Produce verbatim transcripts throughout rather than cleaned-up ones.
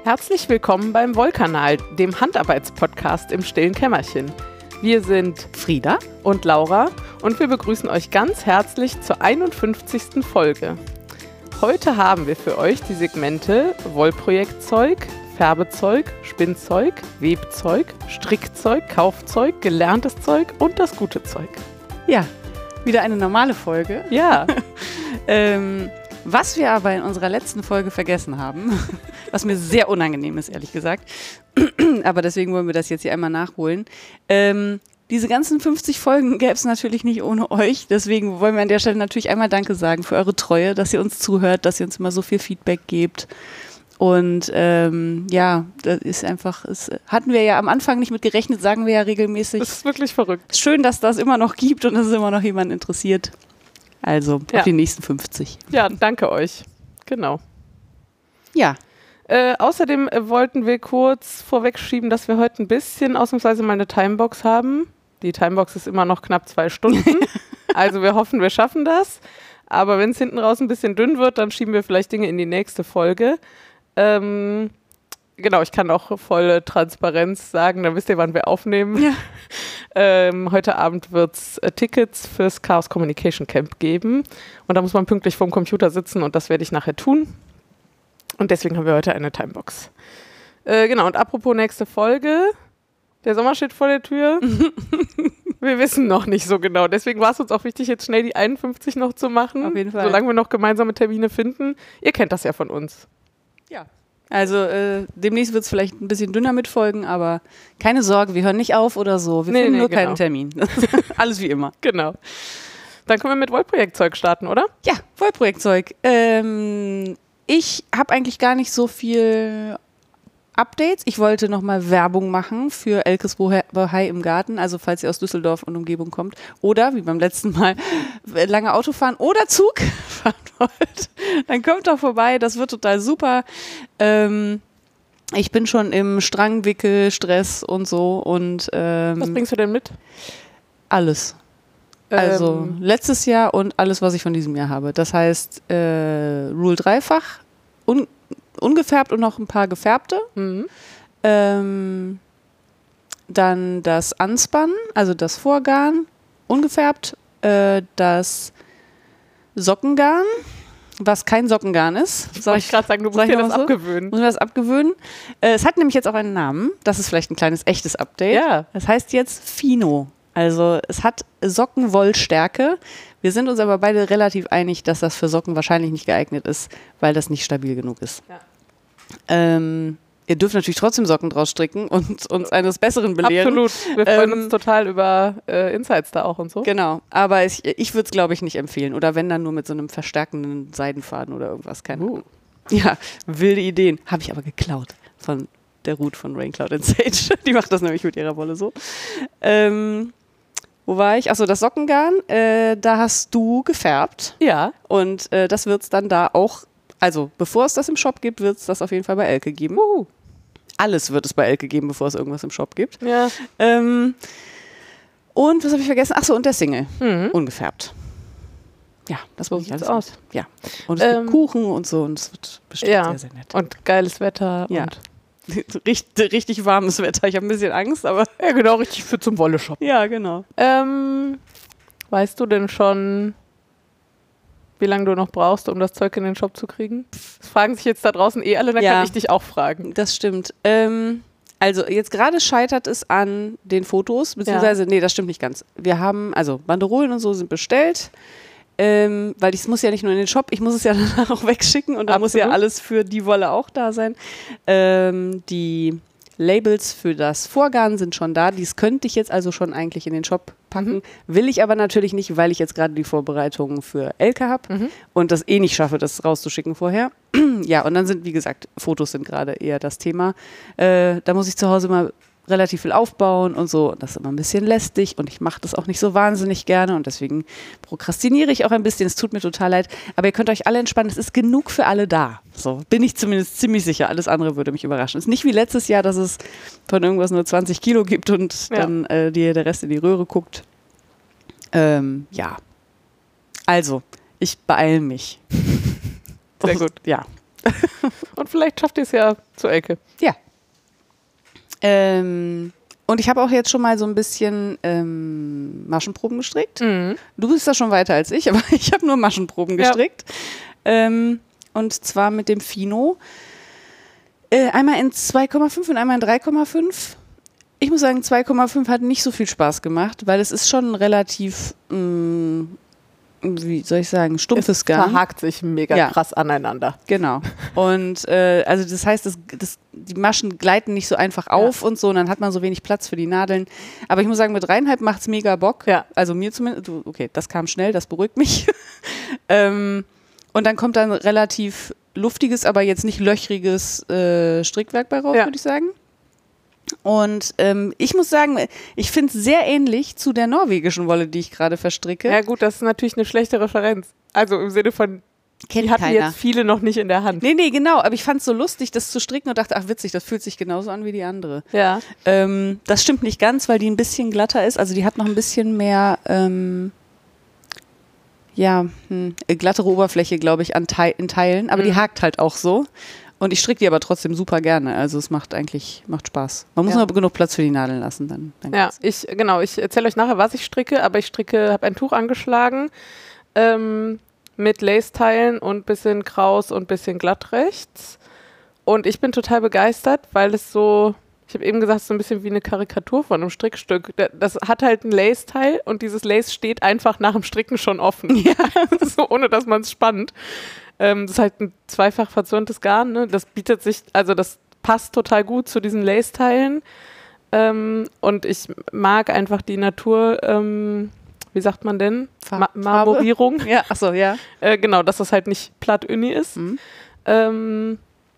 Herzlich willkommen beim Wollkanal, dem Handarbeitspodcast im stillen Kämmerchen. Wir sind Frieda und Laura und wir begrüßen euch ganz herzlich zur einundfünfzigsten Folge. Heute haben wir für euch die Segmente Wollprojektzeug, Färbezeug, Spinnzeug, Webzeug, Strickzeug, Kaufzeug, gelerntes Zeug und das gute Zeug. Ja, wieder eine normale Folge. Ja. ähm, was wir aber in unserer letzten Folge vergessen haben, was mir sehr unangenehm ist, ehrlich gesagt, aber deswegen wollen wir das jetzt hier einmal nachholen. Ähm, diese ganzen fünfzig Folgen gäbe es natürlich nicht ohne euch, deswegen wollen wir an der Stelle natürlich einmal Danke sagen für eure Treue, dass ihr uns zuhört, dass ihr uns immer so viel Feedback gebt. Und ähm, ja, das ist einfach, das hatten wir ja am Anfang nicht mit gerechnet, sagen wir ja regelmäßig. Das ist wirklich verrückt. Schön, dass das immer noch gibt und dass es immer noch jemand interessiert. Also, ja. Auf die nächsten fünfzig. Ja, danke euch. Genau. Ja. Äh, außerdem äh, wollten wir kurz vorwegschieben, dass wir heute ein bisschen ausnahmsweise mal eine Timebox haben. Die Timebox ist immer noch knapp zwei Stunden. Also wir hoffen, wir schaffen das. Aber wenn es hinten raus ein bisschen dünn wird, dann schieben wir vielleicht Dinge in die nächste Folge. Ähm, genau, ich kann auch volle Transparenz sagen, dann wisst ihr, wann wir aufnehmen. Ja. ähm, heute Abend wird es äh, Tickets fürs Chaos Communication Camp geben. Und da muss man pünktlich vorm Computer sitzen und das werde ich nachher tun. Und deswegen haben wir heute eine Timebox. Äh, genau, und apropos nächste Folge, der Sommer steht vor der Tür. Wir wissen noch nicht so genau. Deswegen war es uns auch wichtig, jetzt schnell die einundfünfzig noch zu machen. Auf jeden Fall. Solange wir noch gemeinsame Termine finden. Ihr kennt das ja von uns. Ja. Also äh, demnächst wird es vielleicht ein bisschen dünner mit Folgen, aber keine Sorge, wir hören nicht auf oder so. Wir nee, finden nee, nur genau. keinen Termin. Alles wie immer. Genau. Dann können wir mit Wollprojektzeug starten, oder? Ja, Wollprojektzeug. Ähm, ich habe eigentlich gar nicht so viel Updates. Ich wollte nochmal Werbung machen für Elkes Bohai im Garten. Also falls ihr aus Düsseldorf und Umgebung kommt oder, wie beim letzten Mal, lange Auto fahren oder Zug fahren wollt, dann kommt doch vorbei. Das wird total super. Ähm, ich bin schon im Strangwickel, Stress und so. Und, ähm, Was bringst du denn mit? Alles. Also Ähm, letztes Jahr und alles, was ich von diesem Jahr habe. Das heißt, äh, Rule dreifach, un ungefärbt und noch ein paar gefärbte. Mhm. Ähm, dann das Anspannen, also das Vorgarn, ungefärbt. Äh, das Sockengarn, was kein Sockengarn ist. Soll ich gerade sagen, du musst dir das so? abgewöhnen. Muss man das abgewöhnen? Äh, es hat nämlich jetzt auch einen Namen. Das ist vielleicht ein kleines echtes Update. Ja. Das heißt jetzt Fino. Also es hat Sockenwollstärke. Wir sind uns aber beide relativ einig, dass das für Socken wahrscheinlich nicht geeignet ist, weil das nicht stabil genug ist. Ja. Ähm, ihr dürft natürlich trotzdem Socken draus stricken und uns eines Besseren belehren. Absolut. Wir freuen Ähm, uns total über äh, Insights da auch und so. Genau, aber ich, ich würde es, glaube ich, nicht empfehlen. Oder wenn, dann nur mit so einem verstärkenden Seidenfaden oder irgendwas. Keine Ahnung. Uh. Ja, wilde Ideen. Habe ich aber geklaut von der Ruth von Raincloud and Sage. Die macht das nämlich mit ihrer Wolle so. Ähm, wo war ich? Achso, das Sockengarn. Äh, da hast du gefärbt. Ja. Und äh, das wird es dann da auch, also bevor es das im Shop gibt, wird es das auf jeden Fall bei Elke geben. Uh. Alles wird es bei Elke geben, bevor es irgendwas im Shop gibt. Ja. Ähm, und was habe ich vergessen? Achso, und der Single. Mhm. Ungefärbt. Ja, das muss So ich alles sieht's aus. mit. Ja. Und es Ähm, gibt Kuchen und so und es wird bestimmt Ja. sehr, sehr nett. Und geiles Wetter. Ja. Und Richtig, richtig warmes Wetter. Ich habe ein bisschen Angst, aber ja, genau, richtig für zum Wolle-Shop. ja, genau. Ähm, weißt du denn schon, wie lange du noch brauchst, um das Zeug in den Shop zu kriegen? Das fragen sich jetzt da draußen eh alle, dann Ja. kann ich dich auch fragen. Das stimmt. Ähm, also jetzt gerade scheitert es an den Fotos, beziehungsweise, nee, das stimmt nicht ganz. Wir haben, also Banderolen und so sind bestellt, ähm, weil es muss ja nicht nur in den Shop, ich muss es ja danach auch wegschicken und da muss ja Absolut. alles für die Wolle auch da sein. Ähm, die Labels für das Vorgarn sind schon da, dies könnte ich jetzt also schon eigentlich in den Shop packen, Mhm. will ich aber natürlich nicht, weil ich jetzt gerade die Vorbereitungen für Elke habe Mhm. und das eh nicht schaffe, das rauszuschicken vorher. Ja, und dann sind, wie gesagt, Fotos sind gerade eher das Thema. Äh, da muss ich zu Hause mal relativ viel aufbauen und so. Und das ist immer ein bisschen lästig und ich mache das auch nicht so wahnsinnig gerne und deswegen prokrastiniere ich auch ein bisschen. Es tut mir total leid. Aber ihr könnt euch alle entspannen. Es ist genug für alle da. So bin ich zumindest ziemlich sicher. Alles andere würde mich überraschen. Es ist nicht wie letztes Jahr, dass es von irgendwas nur zwanzig Kilo gibt und Ja. dann äh, die, der Rest in die Röhre guckt. Ähm, ja. Also, ich beeile mich. Sehr gut. Ja. Und vielleicht schafft ihr es ja zur Elke. Ja. Ähm, und ich habe auch jetzt schon mal so ein bisschen ähm, Maschenproben gestrickt. Mhm. Du bist da schon weiter als ich, aber ich habe nur Maschenproben gestrickt. Ja. Ähm, und zwar mit dem Fino. Äh, einmal in zwei Komma fünf und einmal in drei Komma fünf. Ich muss sagen, zwei Komma fünf hat nicht so viel Spaß gemacht, weil es ist schon relativ, mh, wie soll ich sagen, stumpfes Garn. Es verhakt sich mega ja. krass aneinander. Genau. Und äh, also das heißt, das, das, die Maschen gleiten nicht so einfach auf ja. und so, und dann hat man so wenig Platz für die Nadeln. Aber ich muss sagen, mit dreieinhalb macht es mega Bock. Ja. Also mir zumindest. Okay, das kam schnell, das beruhigt mich. ähm, und dann kommt dann relativ luftiges, aber jetzt nicht löchriges äh, Strickwerk bei raus, ja. würde ich sagen. Und ähm, ich muss sagen, ich finde es sehr ähnlich zu der norwegischen Wolle, die ich gerade verstricke. Ja gut, das ist natürlich eine schlechte Referenz. Also im Sinne von, Kennt die hatten keiner. jetzt viele noch nicht in der Hand. Nee, nee, genau. Aber ich fand es so lustig, das zu stricken und dachte, ach witzig, das fühlt sich genauso an wie die andere. Ja. Ähm, das stimmt nicht ganz, weil die ein bisschen glatter ist. Also die hat noch ein bisschen mehr, ähm, ja, hm, glattere Oberfläche, glaube ich, an Te- in Teilen. Aber mhm. die hakt halt auch so. Und ich stricke die aber trotzdem super gerne. Also es macht eigentlich macht Spaß. Man muss ja. nur genug Platz für die Nadeln lassen. Dann, dann ja, ich, genau. Ich erzähle euch nachher, was ich stricke. Aber ich stricke, habe ein Tuch angeschlagen ähm, mit Lace-Teilen und bisschen kraus und bisschen glatt rechts. Und ich bin total begeistert, weil es so, ich habe eben gesagt, so ein bisschen wie eine Karikatur von einem Strickstück. Das hat halt ein Lace-Teil und dieses Lace steht einfach nach dem Stricken schon offen. Ja. So, ohne dass man es spannt. Ähm, das ist halt ein zweifach verzwirntes Garn, ne? Das bietet sich, also das passt total gut zu diesen Lace-Teilen. Ähm, und ich mag einfach die Natur, ähm, wie sagt man denn? Farbe. Ma- Marmorierung. Ja, achso, ja. Äh, genau, dass das halt nicht platt uni ist. Mhm. Ähm,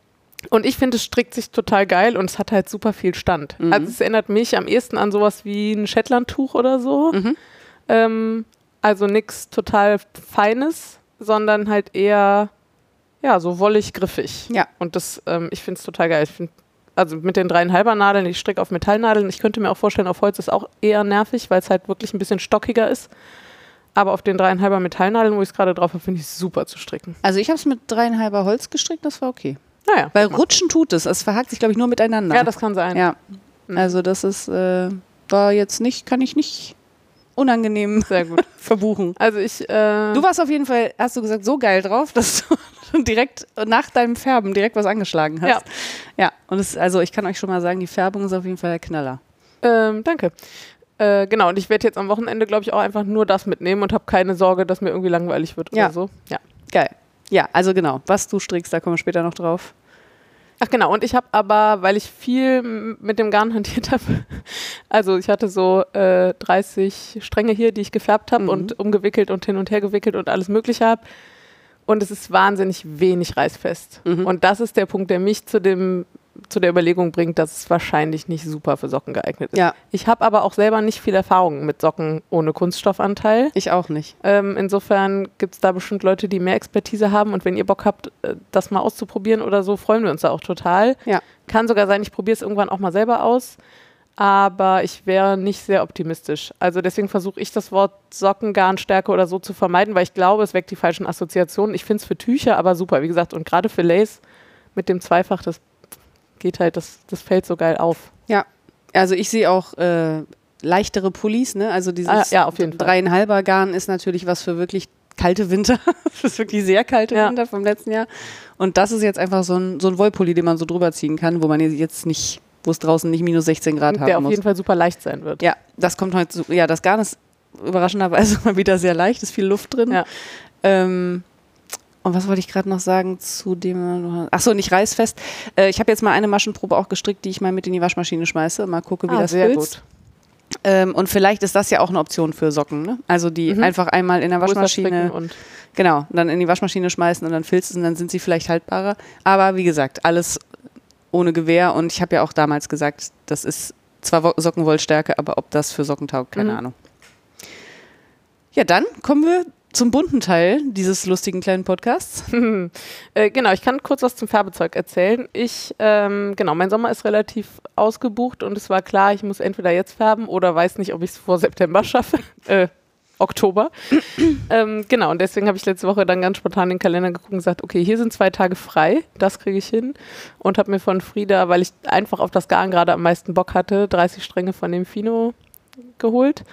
und ich finde, es strickt sich total geil und es hat halt super viel Stand. Mhm. Also es erinnert mich am ehesten an sowas wie ein Shetland-Tuch oder so. Mhm. Ähm, also nichts total Feines, sondern halt eher, ja, so wollig griffig. Ja. Und das, ähm, ich finde es total geil. Ich find, also mit den dreieinhalber Nadeln, ich stricke auf Metallnadeln. Ich könnte mir auch vorstellen, auf Holz ist auch eher nervig, weil es halt wirklich ein bisschen stockiger ist. Aber auf den dreieinhalber Metallnadeln, wo ich es gerade drauf habe, finde ich es super zu stricken. Also ich habe es mit dreieinhalber Holz gestrickt, das war okay. Naja. Weil rutschen tut es. Es verhakt sich, glaube ich, nur miteinander. Ja, das kann sein. Ja. Also das ist, äh, war jetzt nicht, kann ich nicht unangenehm Sehr gut verbuchen. Also ich, äh Du warst auf jeden Fall, hast du gesagt, so geil drauf, dass du direkt nach deinem Färben direkt was angeschlagen hast. Ja. Ja, und es, also ich kann euch schon mal sagen, die Färbung ist auf jeden Fall der Knaller. Ähm, danke. Äh, genau, und ich werde jetzt am Wochenende, glaube ich, auch einfach nur das mitnehmen und habe keine Sorge, dass mir irgendwie langweilig wird ja. oder so. Ja. Geil. Ja, also genau, was du strickst, da kommen wir später noch drauf. Ach genau, und ich habe aber, weil ich viel m- mit dem Garn hantiert habe, also ich hatte so äh, dreißig Stränge hier, die ich gefärbt habe mhm. und umgewickelt und hin und her gewickelt und alles Mögliche habe. Und es ist wahnsinnig wenig reißfest. Mhm. Und das ist der Punkt, der mich zu dem zu der Überlegung bringt, dass es wahrscheinlich nicht super für Socken geeignet ist. Ja. Ich habe aber auch selber nicht viel Erfahrung mit Socken ohne Kunststoffanteil. Ich auch nicht. Ähm, insofern gibt es da bestimmt Leute, die mehr Expertise haben, und wenn ihr Bock habt, das mal auszuprobieren oder so, freuen wir uns da auch total. Ja. Kann sogar sein, ich probiere es irgendwann auch mal selber aus, aber ich wäre nicht sehr optimistisch. Also deswegen versuche ich das Wort Sockengarnstärke oder so zu vermeiden, weil ich glaube, es weckt die falschen Assoziationen. Ich finde es für Tücher aber super, wie gesagt, und gerade für Lace mit dem Zweifach, das geht halt, das, das fällt so geil auf. Ja, also ich sehe auch äh, leichtere Pullis, ne? Also dieses ah, ja, auf jeden Fall. dreieinhalber Garn ist natürlich was für wirklich kalte Winter. Das ist wirklich sehr kalte ja. Winter vom letzten Jahr. Und das ist jetzt einfach so ein, so ein Wollpulli, den man so drüber ziehen kann, wo man jetzt nicht, wo es draußen nicht minus sechzehn Grad haben muss. Der auf jeden Fall super leicht sein wird. Ja, das kommt heute so, ja, das Garn ist überraschenderweise mal wieder sehr leicht, ist viel Luft drin. Ja. Ähm, Und was wollte ich gerade noch sagen zu dem, achso, nicht reißfest. Äh, ich habe jetzt mal eine Maschenprobe auch gestrickt, die ich mal mit in die Waschmaschine schmeiße. Mal gucke, wie ah, das sehr filzt. Gut. Ähm, und vielleicht ist das ja auch eine Option für Socken, ne? Also die mhm. einfach einmal in der Waschmaschine, und genau, dann in die Waschmaschine schmeißen und dann filzt es und dann sind sie vielleicht haltbarer. Aber wie gesagt, alles ohne Gewehr. Und ich habe ja auch damals gesagt, das ist zwar Sockenwollstärke, aber ob das für Socken taugt, keine mhm. Ahnung. Ja, dann kommen wir zum bunten Teil dieses lustigen kleinen Podcasts. äh, genau, ich kann kurz was zum Färbezeug erzählen. Ich, ähm, genau, mein Sommer ist relativ ausgebucht und es war klar, ich muss entweder jetzt färben oder weiß nicht, ob ich es vor September schaffe. äh, Oktober. ähm, genau, und deswegen habe ich letzte Woche dann ganz spontan in den Kalender geguckt und gesagt, okay, hier sind zwei Tage frei, das kriege ich hin. Und habe mir von Frieda, weil ich einfach auf das Garn gerade am meisten Bock hatte, dreißig Stränge von dem Fino geholt.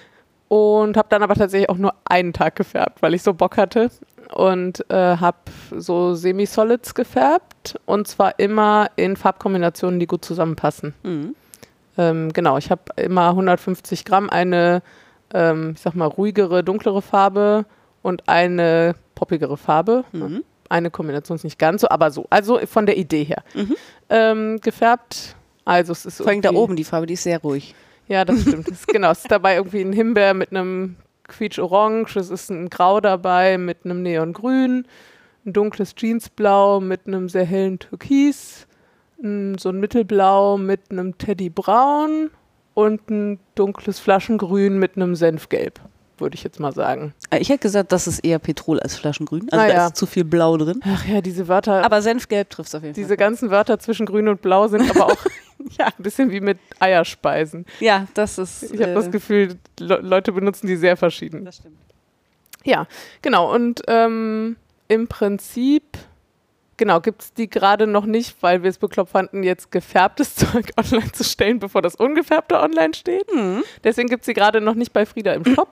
Und habe dann aber tatsächlich auch nur einen Tag gefärbt, weil ich so Bock hatte. Und äh, habe so Semi-Solids gefärbt. Und zwar immer in Farbkombinationen, die gut zusammenpassen. Mhm. Ähm, genau, ich habe immer hundertfünfzig Gramm, eine, ähm, ich sag mal, ruhigere, dunklere Farbe und eine poppigere Farbe. Mhm. Eine Kombination ist nicht ganz so, aber so. Also von der Idee her. Mhm. Ähm, gefärbt. Also es ist Vor allem da irgendwie- oben, die Farbe, die ist sehr ruhig. Ja, das stimmt. Das ist, genau, es ist dabei irgendwie ein Himbeer mit einem Quietsch-Orange, es ist ein Grau dabei mit einem Neongrün, ein dunkles Jeansblau mit einem sehr hellen Türkis, ein, so ein Mittelblau mit einem Teddybraun und ein dunkles Flaschengrün mit einem Senfgelb, würde ich jetzt mal sagen. Äh, Ich hätte gesagt, das ist eher Petrol als Flaschengrün. Also Ah, da ja. ist zu viel Blau drin. Ach ja, diese Wörter, Aber Senfgelb trifft es auf jeden diese Fall. ganzen Wörter zwischen Grün und Blau sind aber auch ja, ein bisschen wie mit Eierspeisen. Ja, das ist. Ich habe das Gefühl, Le Leute benutzen die sehr verschieden. Das stimmt. Ja, genau. Und ähm, im Prinzip, genau, gibt es die gerade noch nicht, weil wir es bekloppt fanden, jetzt gefärbtes Zeug online zu stellen, bevor das ungefärbte online steht. Mhm. Deswegen gibt es sie gerade noch nicht bei Frieda im Shop.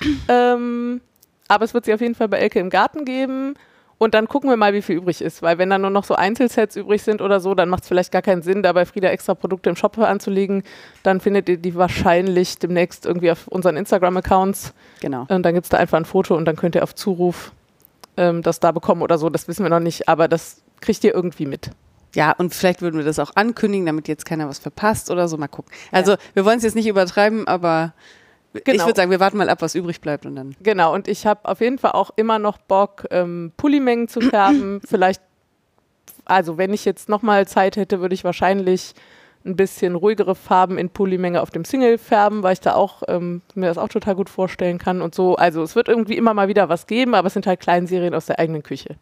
ähm, aber es wird sie auf jeden Fall bei Elke im Garten geben. Und dann gucken wir mal, wie viel übrig ist. Weil wenn dann nur noch so Einzelsets übrig sind oder so, dann macht es vielleicht gar keinen Sinn, da bei Frieda extra Produkte im Shop anzulegen. Dann findet ihr die wahrscheinlich demnächst irgendwie auf unseren Instagram-Accounts. Genau. Und dann gibt es da einfach ein Foto und dann könnt ihr auf Zuruf ähm, das da bekommen oder so. Das wissen wir noch nicht, aber das kriegt ihr irgendwie mit. Ja, und vielleicht würden wir das auch ankündigen, damit jetzt keiner was verpasst oder so. Mal gucken. Also, wir wollen es jetzt nicht übertreiben, aber ich Genau. würde sagen, wir warten mal ab, was übrig bleibt und dann. Genau, und ich habe auf jeden Fall auch immer noch Bock, ähm, Pullimengen zu färben. Vielleicht, also wenn ich jetzt nochmal Zeit hätte, würde ich wahrscheinlich ein bisschen ruhigere Farben in Pullimenge auf dem Single färben, weil ich da auch ähm, mir das auch total gut vorstellen kann und so. Also es wird irgendwie immer mal wieder was geben, aber es sind halt Kleinserien aus der eigenen Küche.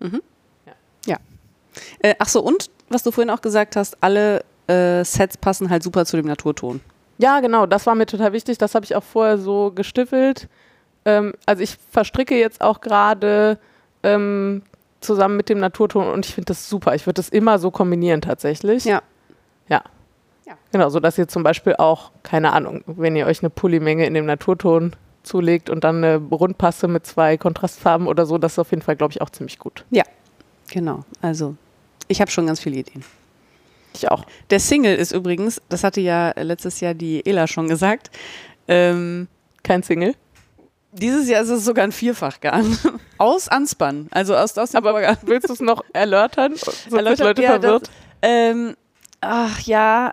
Äh, ach so, und was du vorhin auch gesagt hast, alle äh, Sets passen halt super zu dem Naturton. Ja, genau, das war mir total wichtig. Das habe ich auch vorher so gestiffelt. Ähm, also ich verstricke jetzt auch gerade ähm, zusammen mit dem Naturton und ich finde das super. Ich würde das immer so kombinieren tatsächlich. Ja. Ja. Ja. Genau, so dass ihr zum Beispiel auch, keine Ahnung, wenn ihr euch eine Pullimenge in dem Naturton zulegt und dann eine Rundpasse mit zwei Kontrastfarben oder so, das ist auf jeden Fall, glaube ich, auch ziemlich gut. Ja, genau. Also, ich habe schon ganz viele Ideen. Ich auch. Der Single ist übrigens, das hatte ja letztes Jahr die Ela schon gesagt, ähm, Kein Single. dieses Jahr ist es sogar ein Vierfachgarn. Aus Anspann, also aus, aus dem Aber Vorgarn. willst du es noch erläutern? Sonst sind Erläutert- Leute ja, verwirrt. das- Ähm, ach ja,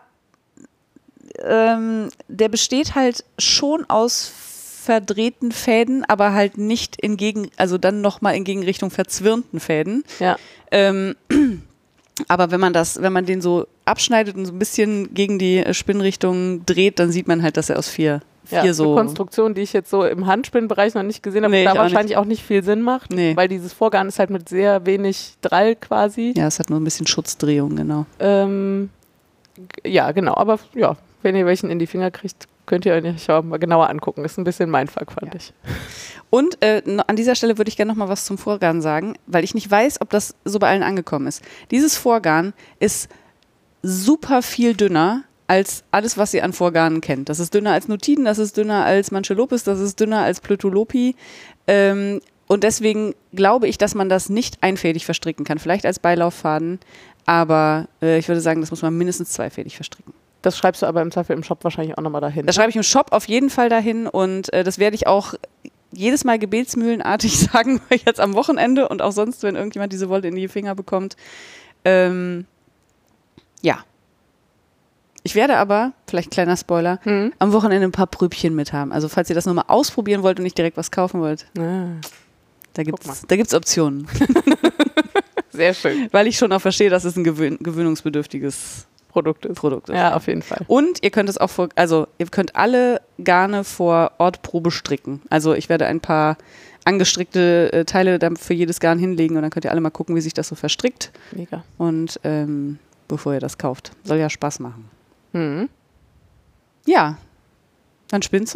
ähm, der besteht halt schon aus verdrehten Fäden, aber halt nicht in Gegen, also dann nochmal in Gegenrichtung verzwirnten Fäden. Ja. Ähm, aber wenn man das, wenn man den so abschneidet und so ein bisschen gegen die Spinnrichtung dreht, dann sieht man halt, dass er aus vier, vier Ja, so. eine Konstruktion, die ich jetzt so im Handspinnbereich noch nicht gesehen habe, Nee, da ich auch wahrscheinlich auch nicht viel Sinn macht, Nee. weil dieses Vorgarn ist halt mit sehr wenig Drall quasi. Ja, es hat nur ein bisschen Schutzdrehung, genau. Ähm, g- ja, genau, aber ja, wenn ihr welchen in die Finger kriegt, könnt ihr euch auch mal genauer angucken. Ist ein bisschen Mindfuck, fand Ja. ich. Und äh, no- an dieser Stelle würde ich gerne noch mal was zum Vorgarn sagen, weil ich nicht weiß, ob das so bei allen angekommen ist. Dieses Vorgarn ist super viel dünner als alles, was ihr an Vorgarnen kennt. Das ist dünner als Nutiden, das ist dünner als Manchelopis, das ist dünner als Plötulopi. Ähm, und deswegen glaube ich, dass man das nicht einfädig verstricken kann. Vielleicht als Beilauffaden, aber äh, ich würde sagen, das muss man mindestens zweifädig verstricken. Das schreibst du aber im Zweifel im Shop wahrscheinlich auch nochmal dahin. Das schreibe ich im Shop auf jeden Fall dahin und äh, das werde ich auch jedes Mal gebetsmühlenartig sagen, jetzt am Wochenende und auch sonst, wenn irgendjemand diese Wolle in die Finger bekommt. Ähm, ja. Ich werde aber, vielleicht kleiner Spoiler, Mhm. am Wochenende ein paar Pröbchen mit haben. Also falls ihr das nur mal ausprobieren wollt und nicht direkt was kaufen wollt, Ah, da Guck gibt es da gibt's Optionen. sehr schön. Weil ich schon auch verstehe, dass es ein gewöhn gewöhnungsbedürftiges Produkt ist. Produkt ist. Ja, auf jeden Fall. Und ihr könnt es auch vor, also ihr könnt alle Garne vor Ort Probe stricken. Also ich werde ein paar angestrickte äh, Teile dann für jedes Garn hinlegen und dann könnt ihr alle mal gucken, wie sich das so verstrickt. Mega. Und ähm, bevor ihr das kauft. Soll ja Spaß machen. Mhm. Ja. Dann Spinnzeug?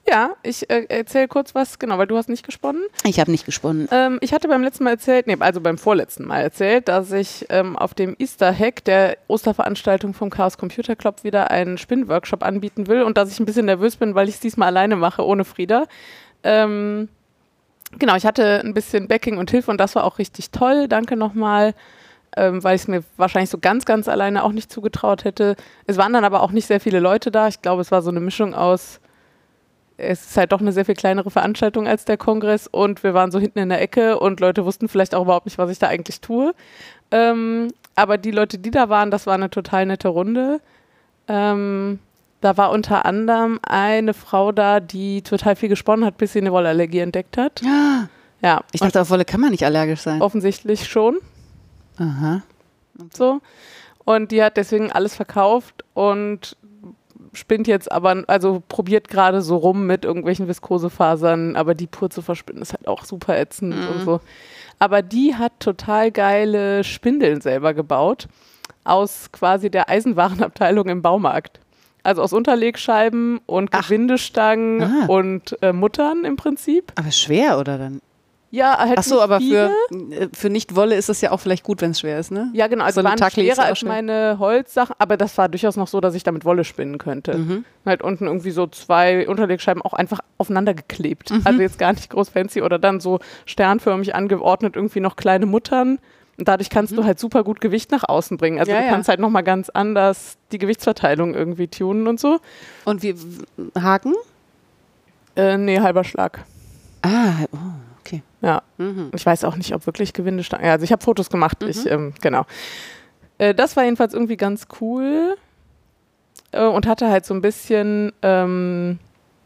Ja, ich äh, erzähle kurz was, genau, weil du hast nicht gesponnen. Ich habe nicht gesponnen. Ähm, ich hatte beim letzten Mal erzählt, nee, also beim vorletzten Mal erzählt, dass ich ähm, auf dem Easter Hack, der Osterveranstaltung vom Chaos Computer Club, wieder einen Spinnworkshop anbieten will und dass ich ein bisschen nervös bin, weil ich es diesmal alleine mache, ohne Frieda. Ähm, genau, ich hatte ein bisschen Backing und Hilfe und das war auch richtig toll. Danke nochmal. Ähm, weil ich es mir wahrscheinlich so ganz, ganz alleine auch nicht zugetraut hätte. Es waren dann aber auch nicht sehr viele Leute da. Ich glaube, es war so eine Mischung aus, es ist halt doch eine sehr viel kleinere Veranstaltung als der Kongress und wir waren so hinten in der Ecke und Leute wussten vielleicht auch überhaupt nicht, was ich da eigentlich tue. Ähm, aber die Leute, die da waren, das war eine total nette Runde. Ähm, da war unter anderem eine Frau da, die total viel gesponnen hat, bis sie eine Wollallergie entdeckt hat. Ja. Ja. Ich dachte, auf Wolle kann man nicht allergisch sein. Offensichtlich schon. Aha. So. Und die hat deswegen alles verkauft und spinnt jetzt aber, also probiert gerade so rum mit irgendwelchen Viskosefasern, aber die pur zu verspinnen ist halt auch super ätzend Mhm. und so. Aber die hat total geile Spindeln selber gebaut aus quasi der Eisenwarenabteilung im Baumarkt. Also aus Unterlegscheiben und Ach. Gewindestangen Ah. und äh, Muttern im Prinzip. Aber schwer, oder dann? Ja, halt Ach so, nicht aber viele. für, äh, für Nicht-Wolle ist es ja auch vielleicht gut, wenn es schwer ist, ne? Ja, genau. Also So eine waren Tackli ist schwerer auch als schön. meine Holzsachen, aber das war durchaus noch so, dass ich damit Wolle spinnen könnte. Mhm. Halt unten irgendwie so zwei Unterlegscheiben auch einfach aufeinander geklebt. Mhm. Also jetzt gar nicht groß fancy oder dann so sternförmig angeordnet irgendwie noch kleine Muttern. Und dadurch kannst Mhm. du halt super gut Gewicht nach außen bringen. Also Ja, du ja. kannst halt nochmal ganz anders die Gewichtsverteilung irgendwie tunen und so. Und wie w- Haken? Äh, nee, halber Schlag. Ah, oh, okay. Ja. Mhm. Ich weiß auch nicht, ob wirklich Gewindestangen. Ja, also ich habe Fotos gemacht. Mhm. Ich, ähm, genau. Äh, das war jedenfalls irgendwie ganz cool äh, und hatte halt so ein bisschen, ähm,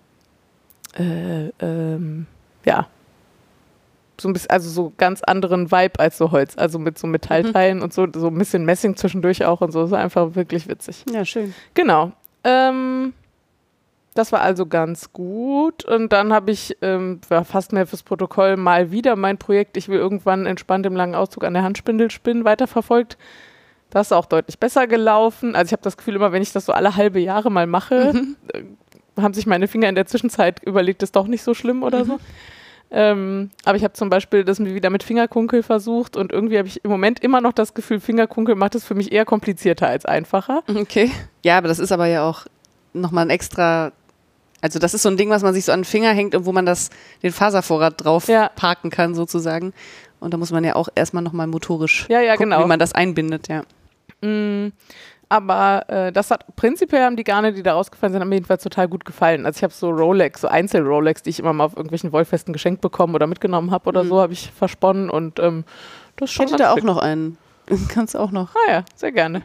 äh, ähm, ja, so ein bisschen, also so ganz anderen Vibe als so Holz. Also mit so Metallteilen und so, so ein bisschen Messing zwischendurch auch und so. Das war einfach wirklich witzig. Ja, schön. Genau. Ähm, das war also ganz gut. Und dann habe ich, ähm, ja, fast mehr fürs Protokoll, mal wieder mein Projekt, ich will irgendwann entspannt im langen Auszug an der Handspindel spinnen, weiterverfolgt. Das ist auch deutlich besser gelaufen. Also ich habe das Gefühl, immer wenn ich das so alle halbe Jahre mal mache, Mhm. äh, haben sich meine Finger in der Zwischenzeit überlegt, ist doch nicht so schlimm oder so. Ähm, aber ich habe zum Beispiel das mir wieder mit Fingerkunkel versucht und irgendwie habe ich im Moment immer noch das Gefühl, Fingerkunkel macht es für mich eher komplizierter als einfacher. Okay. Ja, aber das ist aber ja auch nochmal ein extra, also das ist so ein Ding, was man sich so an den Finger hängt und wo man das, den Faservorrat drauf Ja. parken kann sozusagen. Und da muss man ja auch erstmal nochmal motorisch Ja, ja, gucken, genau. wie man das einbindet, ja. Mm, aber äh, das hat prinzipiell haben die Garne, die da rausgefallen sind, haben mir jedenfalls total gut gefallen. Also ich habe so Rolex, so Einzel-Rolex, die ich immer mal auf irgendwelchen Wollfesten geschenkt bekommen oder mitgenommen habe oder Mhm. so, habe ich versponnen und ähm, das ist Ich schon hätte ganz da auch schick. noch einen. Kannst du auch noch. Ah ja, sehr gerne.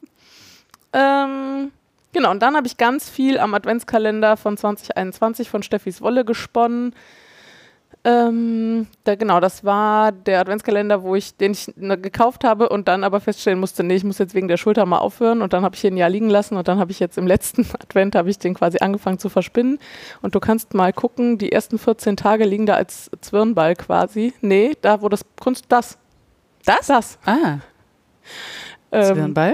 ähm, genau, und dann habe ich ganz viel am Adventskalender von zwanzig einundzwanzig von Steffis Wolle gesponnen. Ähm, da, genau, das war der Adventskalender, wo ich, den ich ne, gekauft habe und dann aber feststellen musste, nee, ich muss jetzt wegen der Schulter mal aufhören und dann habe ich hier ein Jahr liegen lassen und dann habe ich jetzt im letzten Advent habe ich den quasi angefangen zu verspinnen und du kannst mal gucken, die ersten vierzehn Tage liegen da als Zwirnball quasi. Nee, da wo das Kunst, das. Das? Das. Ah, Ähm, Zwirnball?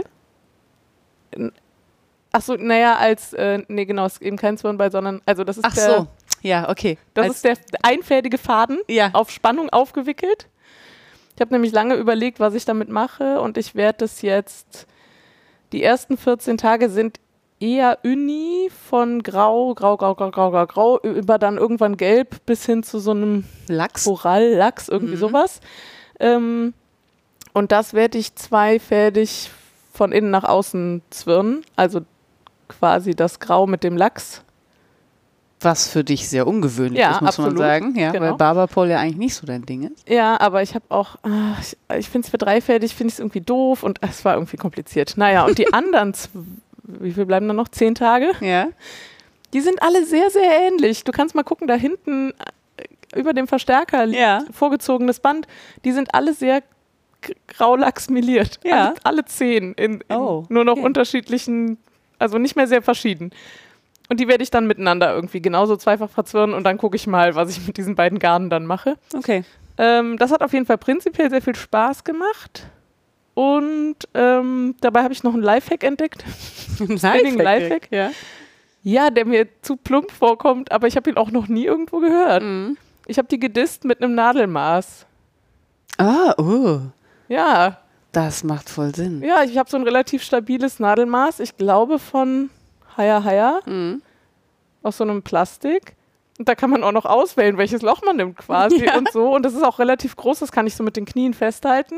Achso, naja, als, äh, nee, genau, es ist eben kein Zwirnball, sondern, also das ist Ach der, so, ja, okay. das Als- ist der einfädige Faden Ja. auf Spannung aufgewickelt. Ich habe nämlich lange überlegt, was ich damit mache und ich werde das jetzt, die ersten vierzehn Tage sind eher Uni von grau, grau, grau, grau, grau, grau, grau, über dann irgendwann gelb bis hin zu so einem Lachs. Korall, Lachs, irgendwie Mhm. sowas. Ähm, und das werde ich zweifädig von innen nach außen zwirnen, also quasi das Grau mit dem Lachs. Was für dich sehr ungewöhnlich Ja, ist, muss absolut. man sagen. Ja, Genau. weil Barberpole ja eigentlich nicht so dein Ding ist. Ja, aber ich habe auch, ah, ich, ich finde es für dreifädig, finde ich es irgendwie doof und es war irgendwie kompliziert. Naja, und die anderen, zw- wie viel bleiben da noch? Zehn Tage? Ja. Die sind alle sehr, sehr ähnlich. Du kannst mal gucken, da hinten äh, über dem Verstärker liegt Ja. vorgezogenes Band. Die sind alle sehr g- graulachsmeliert. Ja. Alle, alle zehn. In, in Oh, nur noch okay. unterschiedlichen, also nicht mehr sehr verschieden. Und die werde ich dann miteinander irgendwie genauso zweifach verzwirnen und dann gucke ich mal, was ich mit diesen beiden Garnen dann mache. Okay. Ähm, das hat auf jeden Fall prinzipiell sehr viel Spaß gemacht. Und ähm, dabei habe ich noch einen Lifehack entdeckt. Spinning Lifehack. Ja. Ja, der mir zu plump vorkommt, aber ich habe ihn auch noch nie irgendwo gehört. Mhm. Ich habe die gedisst mit einem Nadelmaß. Ah, oh. Ja. Das macht voll Sinn. Ja, ich habe so ein relativ stabiles Nadelmaß. Ich glaube von Haya Haya. Mhm. Aus so einem Plastik. Und da kann man auch noch auswählen, welches Loch man nimmt quasi Ja. und so. Und das ist auch relativ groß, das kann ich so mit den Knien festhalten.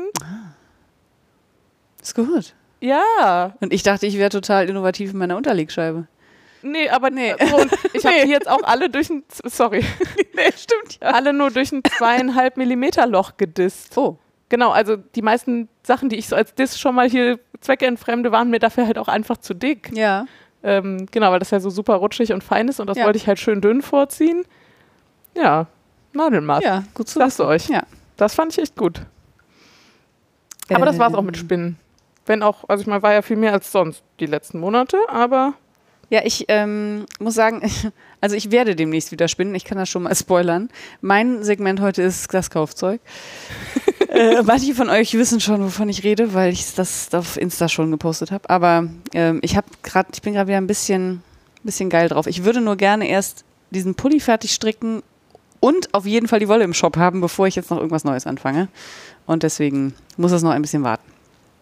Ist gut. Ja. Und ich dachte, ich wäre total innovativ in meiner Unterlegscheibe. Nee, aber Nee. So, und ich habe Nee. die jetzt auch alle durch ein, sorry, Nee, stimmt ja. alle nur durch ein zweieinhalb Millimeter Loch gedisst. Oh. Genau, also die meisten Sachen, die ich so als Diss schon mal hier zweckentfremde, waren mir dafür halt auch einfach zu dick. Ja. Ähm, genau, weil das ja so super rutschig und fein ist und das Ja. wollte ich halt schön dünn vorziehen. Ja, Nadelmaß. Ja, gut zu Sagst du euch. Ja. Das fand ich echt gut. Aber das war's auch mit Ähm. Spinnen. Wenn auch, also ich meine, war ja viel mehr als sonst die letzten Monate, aber Ja, ich ähm, muss sagen, also ich werde demnächst wieder spinnen. Ich kann das schon mal spoilern. Mein Segment heute ist das Kaufzeug. äh, manche von euch wissen schon, wovon ich rede, weil ich das auf Insta schon gepostet habe. Aber ähm, ich habe gerade, ich bin gerade wieder ein bisschen, bisschen geil drauf. Ich würde nur gerne erst diesen Pulli fertig stricken und auf jeden Fall die Wolle im Shop haben, bevor ich jetzt noch irgendwas Neues anfange. Und deswegen muss es noch ein bisschen warten.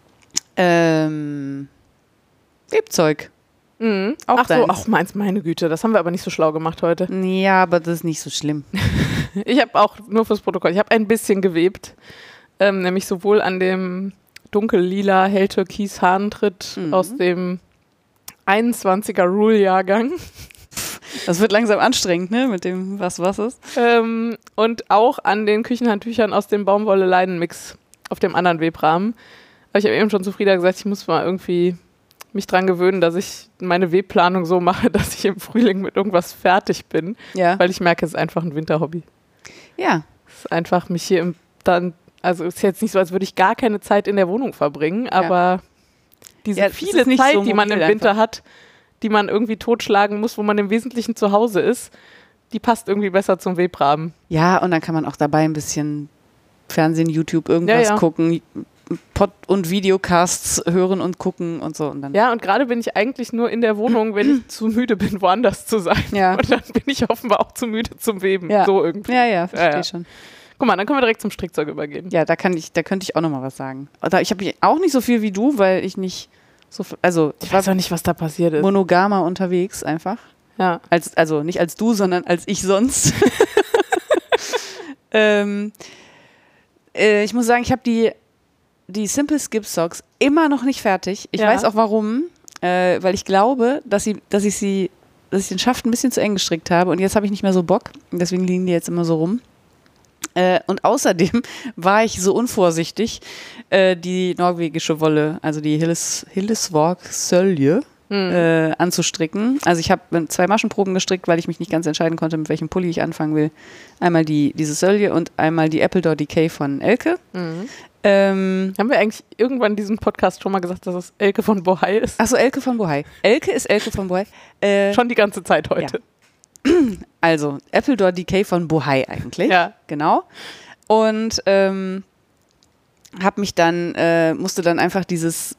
Ähm, Webzeug. mhm. Auch ach so, deins. ach meins, meine Güte, das haben wir aber nicht so schlau gemacht heute. Ja, aber das ist nicht so schlimm. Ich habe auch, nur fürs Protokoll, ich habe ein bisschen gewebt, ähm, nämlich sowohl an dem dunkel-lila hell-türkis Hahnentritt Mhm. aus dem einundzwanziger Rule-Jahrgang Das wird langsam anstrengend, ne, mit dem was was ist. ähm, und auch an den Küchenhandtüchern aus dem Baumwolle-Leinen-Mix auf dem anderen Webrahmen. Aber ich habe eben schon zu Frieda gesagt, ich muss mal irgendwie mich dran gewöhnen, dass ich meine Webplanung so mache, dass ich im Frühling mit irgendwas fertig bin, Ja. weil ich merke, es ist einfach ein Winterhobby. Ja. Es ist einfach mich hier im, dann, also es ist jetzt nicht so, als würde ich gar keine Zeit in der Wohnung verbringen, aber diese Ja, es viele ist nicht Zeit, so die man im mobil Winter einfach. hat, die man irgendwie totschlagen muss, wo man im Wesentlichen zu Hause ist, die passt irgendwie besser zum Webrahmen. Ja, und dann kann man auch dabei ein bisschen Fernsehen, YouTube, irgendwas Ja, ja. gucken, Pod- und Videocasts hören und gucken und so. Und dann Ja, und gerade bin ich eigentlich nur in der Wohnung, wenn ich zu müde bin, woanders zu sein. Ja. Und dann bin ich offenbar auch zu müde zum Weben. Ja. So irgendwie. ja, ja, verstehe Ja, ja. schon. Guck mal, dann können wir direkt zum Strickzeug übergehen. Ja, da kann ich, da könnte ich auch noch mal was sagen. Da, ich habe auch nicht so viel wie du, weil ich nicht so, viel- also ich Ich war weiß auch nicht, was da passiert ist. monogamer unterwegs einfach. Ja. Als, also nicht als du, sondern als ich sonst. ähm, äh, ich muss sagen, ich habe die, die Simple Skip Socks immer noch nicht fertig. Ich Ja. weiß auch warum, äh, weil ich glaube, dass, sie, dass ich sie, dass ich den Schaft ein bisschen zu eng gestrickt habe und jetzt habe ich nicht mehr so Bock. Und deswegen liegen die jetzt immer so rum. Äh, und außerdem war ich so unvorsichtig, äh, die norwegische Wolle, also die Hilles, Hillesvåg Sölje, Hm. äh, anzustricken. Also ich habe zwei Maschenproben gestrickt, weil ich mich nicht ganz entscheiden konnte, mit welchem Pulli ich anfangen will. Einmal die, diese Sölje und einmal die Apple Door Decay von Elke. Mhm. Ähm, Haben wir eigentlich irgendwann in diesem Podcast schon mal gesagt, dass es Elke von Bohai ist? Achso, Elke von Bohai. Elke ist Elke von Bohai. Äh, Schon die ganze Zeit heute. Also, Apple Door Decay von Bohai eigentlich. Ja. Genau. Und ähm, hab mich dann, äh, musste dann einfach dieses,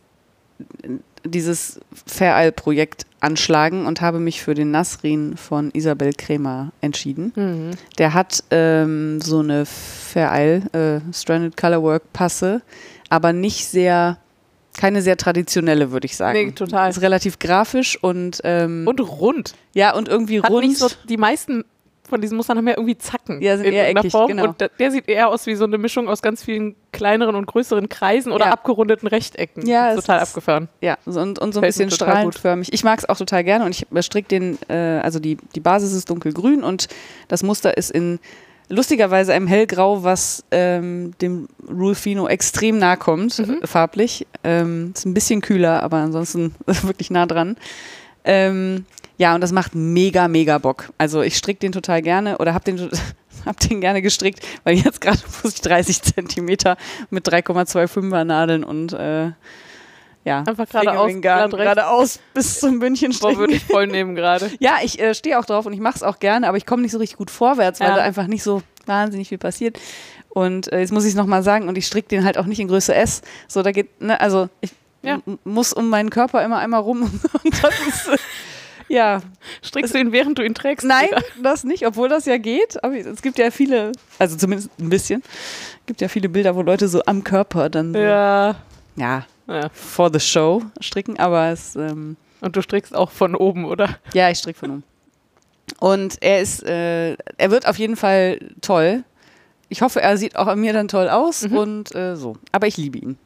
dieses Vereil-Projekt anschlagen und habe mich für den Nasrin von Isabel Kremer entschieden. Mhm. Der hat ähm, so eine Vereil, äh, Stranded Colorwork Passe, aber nicht sehr, keine sehr traditionelle, würde ich sagen. Nee, total. Ist relativ grafisch und, ähm, Und rund. ja, und irgendwie Hat rund. nicht so, die meisten von diesen Mustern haben ja irgendwie Zacken Ja, sind in eher irgendeiner eckig, Form. genau. Und der, der sieht eher aus wie so eine Mischung aus ganz vielen kleineren und größeren Kreisen oder Ja. abgerundeten Rechtecken. Ja, es total ist- abgefahren. Ja, so, und, und so ein Fällt mir bisschen total gut. strahlenförmig. Ich mag es auch total gerne und ich stricke den, äh, also die, die Basis ist dunkelgrün und das Muster ist in lustigerweise einem hellgrau, was ähm, dem Rulfino extrem nahe kommt, Mhm. äh, farblich. Ähm, ist ein bisschen kühler, aber ansonsten wirklich nah dran. Ähm, ja, und das macht mega, mega Bock. Also ich stricke den total gerne oder hab den, hab den gerne gestrickt, weil jetzt gerade muss ich dreißig Zentimeter mit drei Komma fünfundzwanziger Nadeln und äh, ja, Einfach geradeaus, Fingergarn glatt rechts. geradeaus bis zum Bündchen Boah, würde stricken. ich voll nehmen gerade. Ja, ich äh, stehe auch drauf und ich mache es auch gerne, aber ich komme nicht so richtig gut vorwärts, weil Ja. da einfach nicht so wahnsinnig viel passiert. Und äh, jetzt muss ich es nochmal sagen und ich stricke den halt auch nicht in Größe S. So, da geht, ne, also ich Ja. m- muss um meinen Körper immer einmal rum und das ist, äh, Ja. Strickst du ihn, während du ihn trägst? Nein, wieder? das nicht, obwohl das ja geht. Aber es gibt ja viele, also zumindest ein bisschen, gibt ja viele Bilder, wo Leute so am Körper dann so, Ja. ja, ja. for the show stricken, aber es, ähm, Und du strickst auch von oben, oder? ja, ich stricke von oben. Und er ist, äh, er wird auf jeden Fall toll. Ich hoffe, er sieht auch an mir dann toll aus Mhm. und äh, so. Aber ich liebe ihn.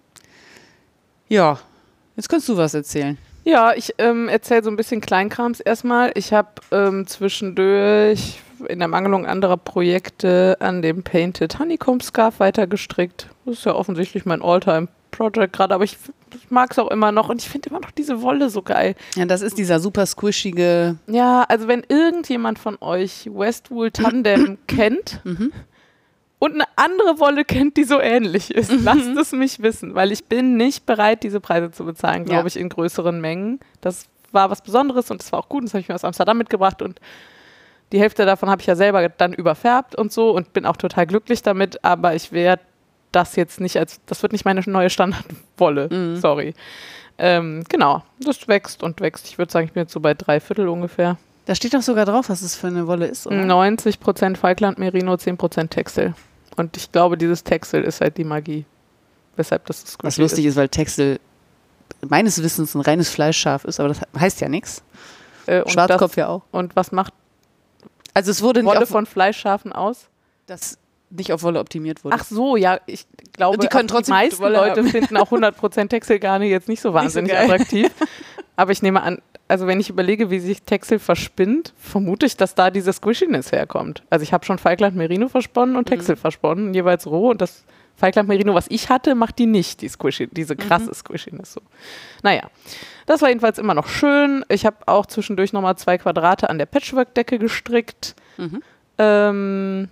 Ja, jetzt kannst du was erzählen. Ja, ich ähm, erzähle so ein bisschen Kleinkrams erstmal. Ich habe ähm, zwischendurch in der Mangelung anderer Projekte an dem Painted Honeycomb Scarf weitergestrickt. Das ist ja offensichtlich mein All-Time-Project gerade, aber ich, ich mag es auch immer noch und ich finde immer noch diese Wolle so geil. Ja, das ist dieser super squishige. Ja, also wenn irgendjemand von euch Westwool Tandem kennt Mhm. und eine andere Wolle kennt, die so ähnlich ist, lasst es mich wissen, weil ich bin nicht bereit, diese Preise zu bezahlen, glaube Ja. ich, in größeren Mengen. Das war was Besonderes und das war auch gut, das habe ich mir aus Amsterdam mitgebracht und die Hälfte davon habe ich ja selber dann überfärbt und so und bin auch total glücklich damit, aber ich werde das jetzt nicht als, das wird nicht meine neue Standardwolle, Mhm. sorry. Ähm, genau, das wächst und wächst. Ich würde sagen, ich bin jetzt so bei drei Viertel ungefähr. Da steht doch sogar drauf, was es für eine Wolle ist, oder? neunzig Prozent Falkland Merino, zehn Prozent Textil. Und ich glaube, dieses Textil ist halt die Magie. Weshalb das so Was squishy lustig ist, weil Textil meines Wissens ein reines Fleischschaf ist, aber das heißt ja nichts. Äh, und Schwarzkopf das, ja auch. Und was macht Also es wurde nicht Wolle auf, von Fleischschafen aus? das nicht auf Wolle optimiert wurde. Ach so, ja, ich glaube, Die können auch trotzdem die meisten Wolle Leute haben. finden auch hundert Prozent Textilgarne jetzt nicht so wahnsinnig geil. attraktiv. Aber ich nehme an, also wenn ich überlege, wie sich Textil verspinnt, vermute ich, dass da diese Squishiness herkommt. Also ich habe schon Falkland Merino versponnen und Textil versponnen, jeweils roh. Und das Falkland Merino, was ich hatte, macht die nicht, die Squishy, diese krasse Squishiness. So. Naja, das war jedenfalls immer noch schön. Ich habe auch zwischendurch nochmal zwei Quadrate an der Patchwork-Decke gestrickt. Mhm. Ähm,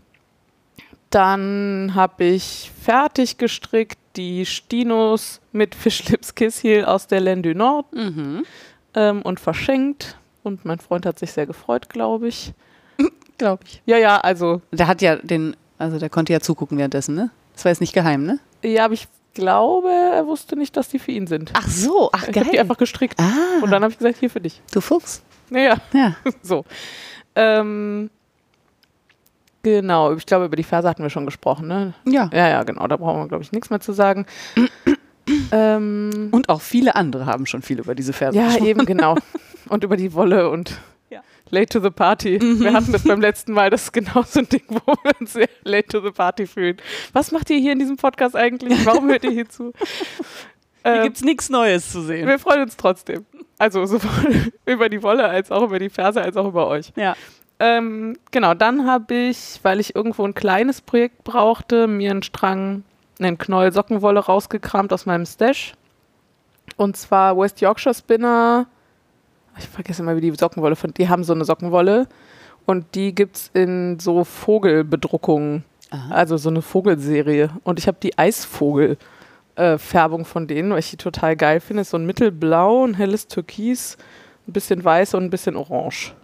dann habe ich fertig gestrickt die Stinos mit Fishlips Kiss Heel aus der Laine du Nord Mhm. ähm, und verschenkt. Und mein Freund hat sich sehr gefreut, glaube ich. Glaube ich. Ja, ja, also, Der hat ja den, also der konnte ja zugucken währenddessen, ne? Das war jetzt nicht geheim, ne? ja, aber ich glaube, er wusste nicht, dass die für ihn sind. Ach so, ach Ich habe die einfach gestrickt. Ah, Und dann habe ich gesagt, hier für dich. du Fuchs. Naja, Ja. so. Ähm, genau, ich glaube, über die Ferse hatten wir schon gesprochen, ne? Ja. Ja, ja, genau, da brauchen wir, glaube ich, nichts mehr zu sagen. ähm, Und auch viele andere haben schon viel über diese Verse Ja, gesprochen. eben, genau. Und über die Wolle und Ja. late to the party. Wir hatten das beim letzten Mal, das ist genau so ein Ding, wo wir uns sehr late to the party fühlen. Was macht ihr hier in diesem Podcast eigentlich? Warum hört ihr hier zu? Hier Ähm, gibt es nichts Neues zu sehen. wir freuen uns trotzdem. Also sowohl über die Wolle als auch über die Ferse als auch über euch. Ja. Ähm, genau, dann habe ich, weil ich irgendwo ein kleines Projekt brauchte, mir einen Strang, einen Knäuel Sockenwolle rausgekramt aus meinem Stash. Und zwar West Yorkshire Spinner. Ich vergesse immer, wie die Sockenwolle von. Die haben so eine Sockenwolle und die gibt es in so Vogelbedruckungen. Aha. Also so eine Vogelserie. Und ich habe die Eisvogel-Färbung von denen, weil ich die total geil finde. Ist so ein mittelblau, ein helles Türkis, ein bisschen weiß und ein bisschen orange.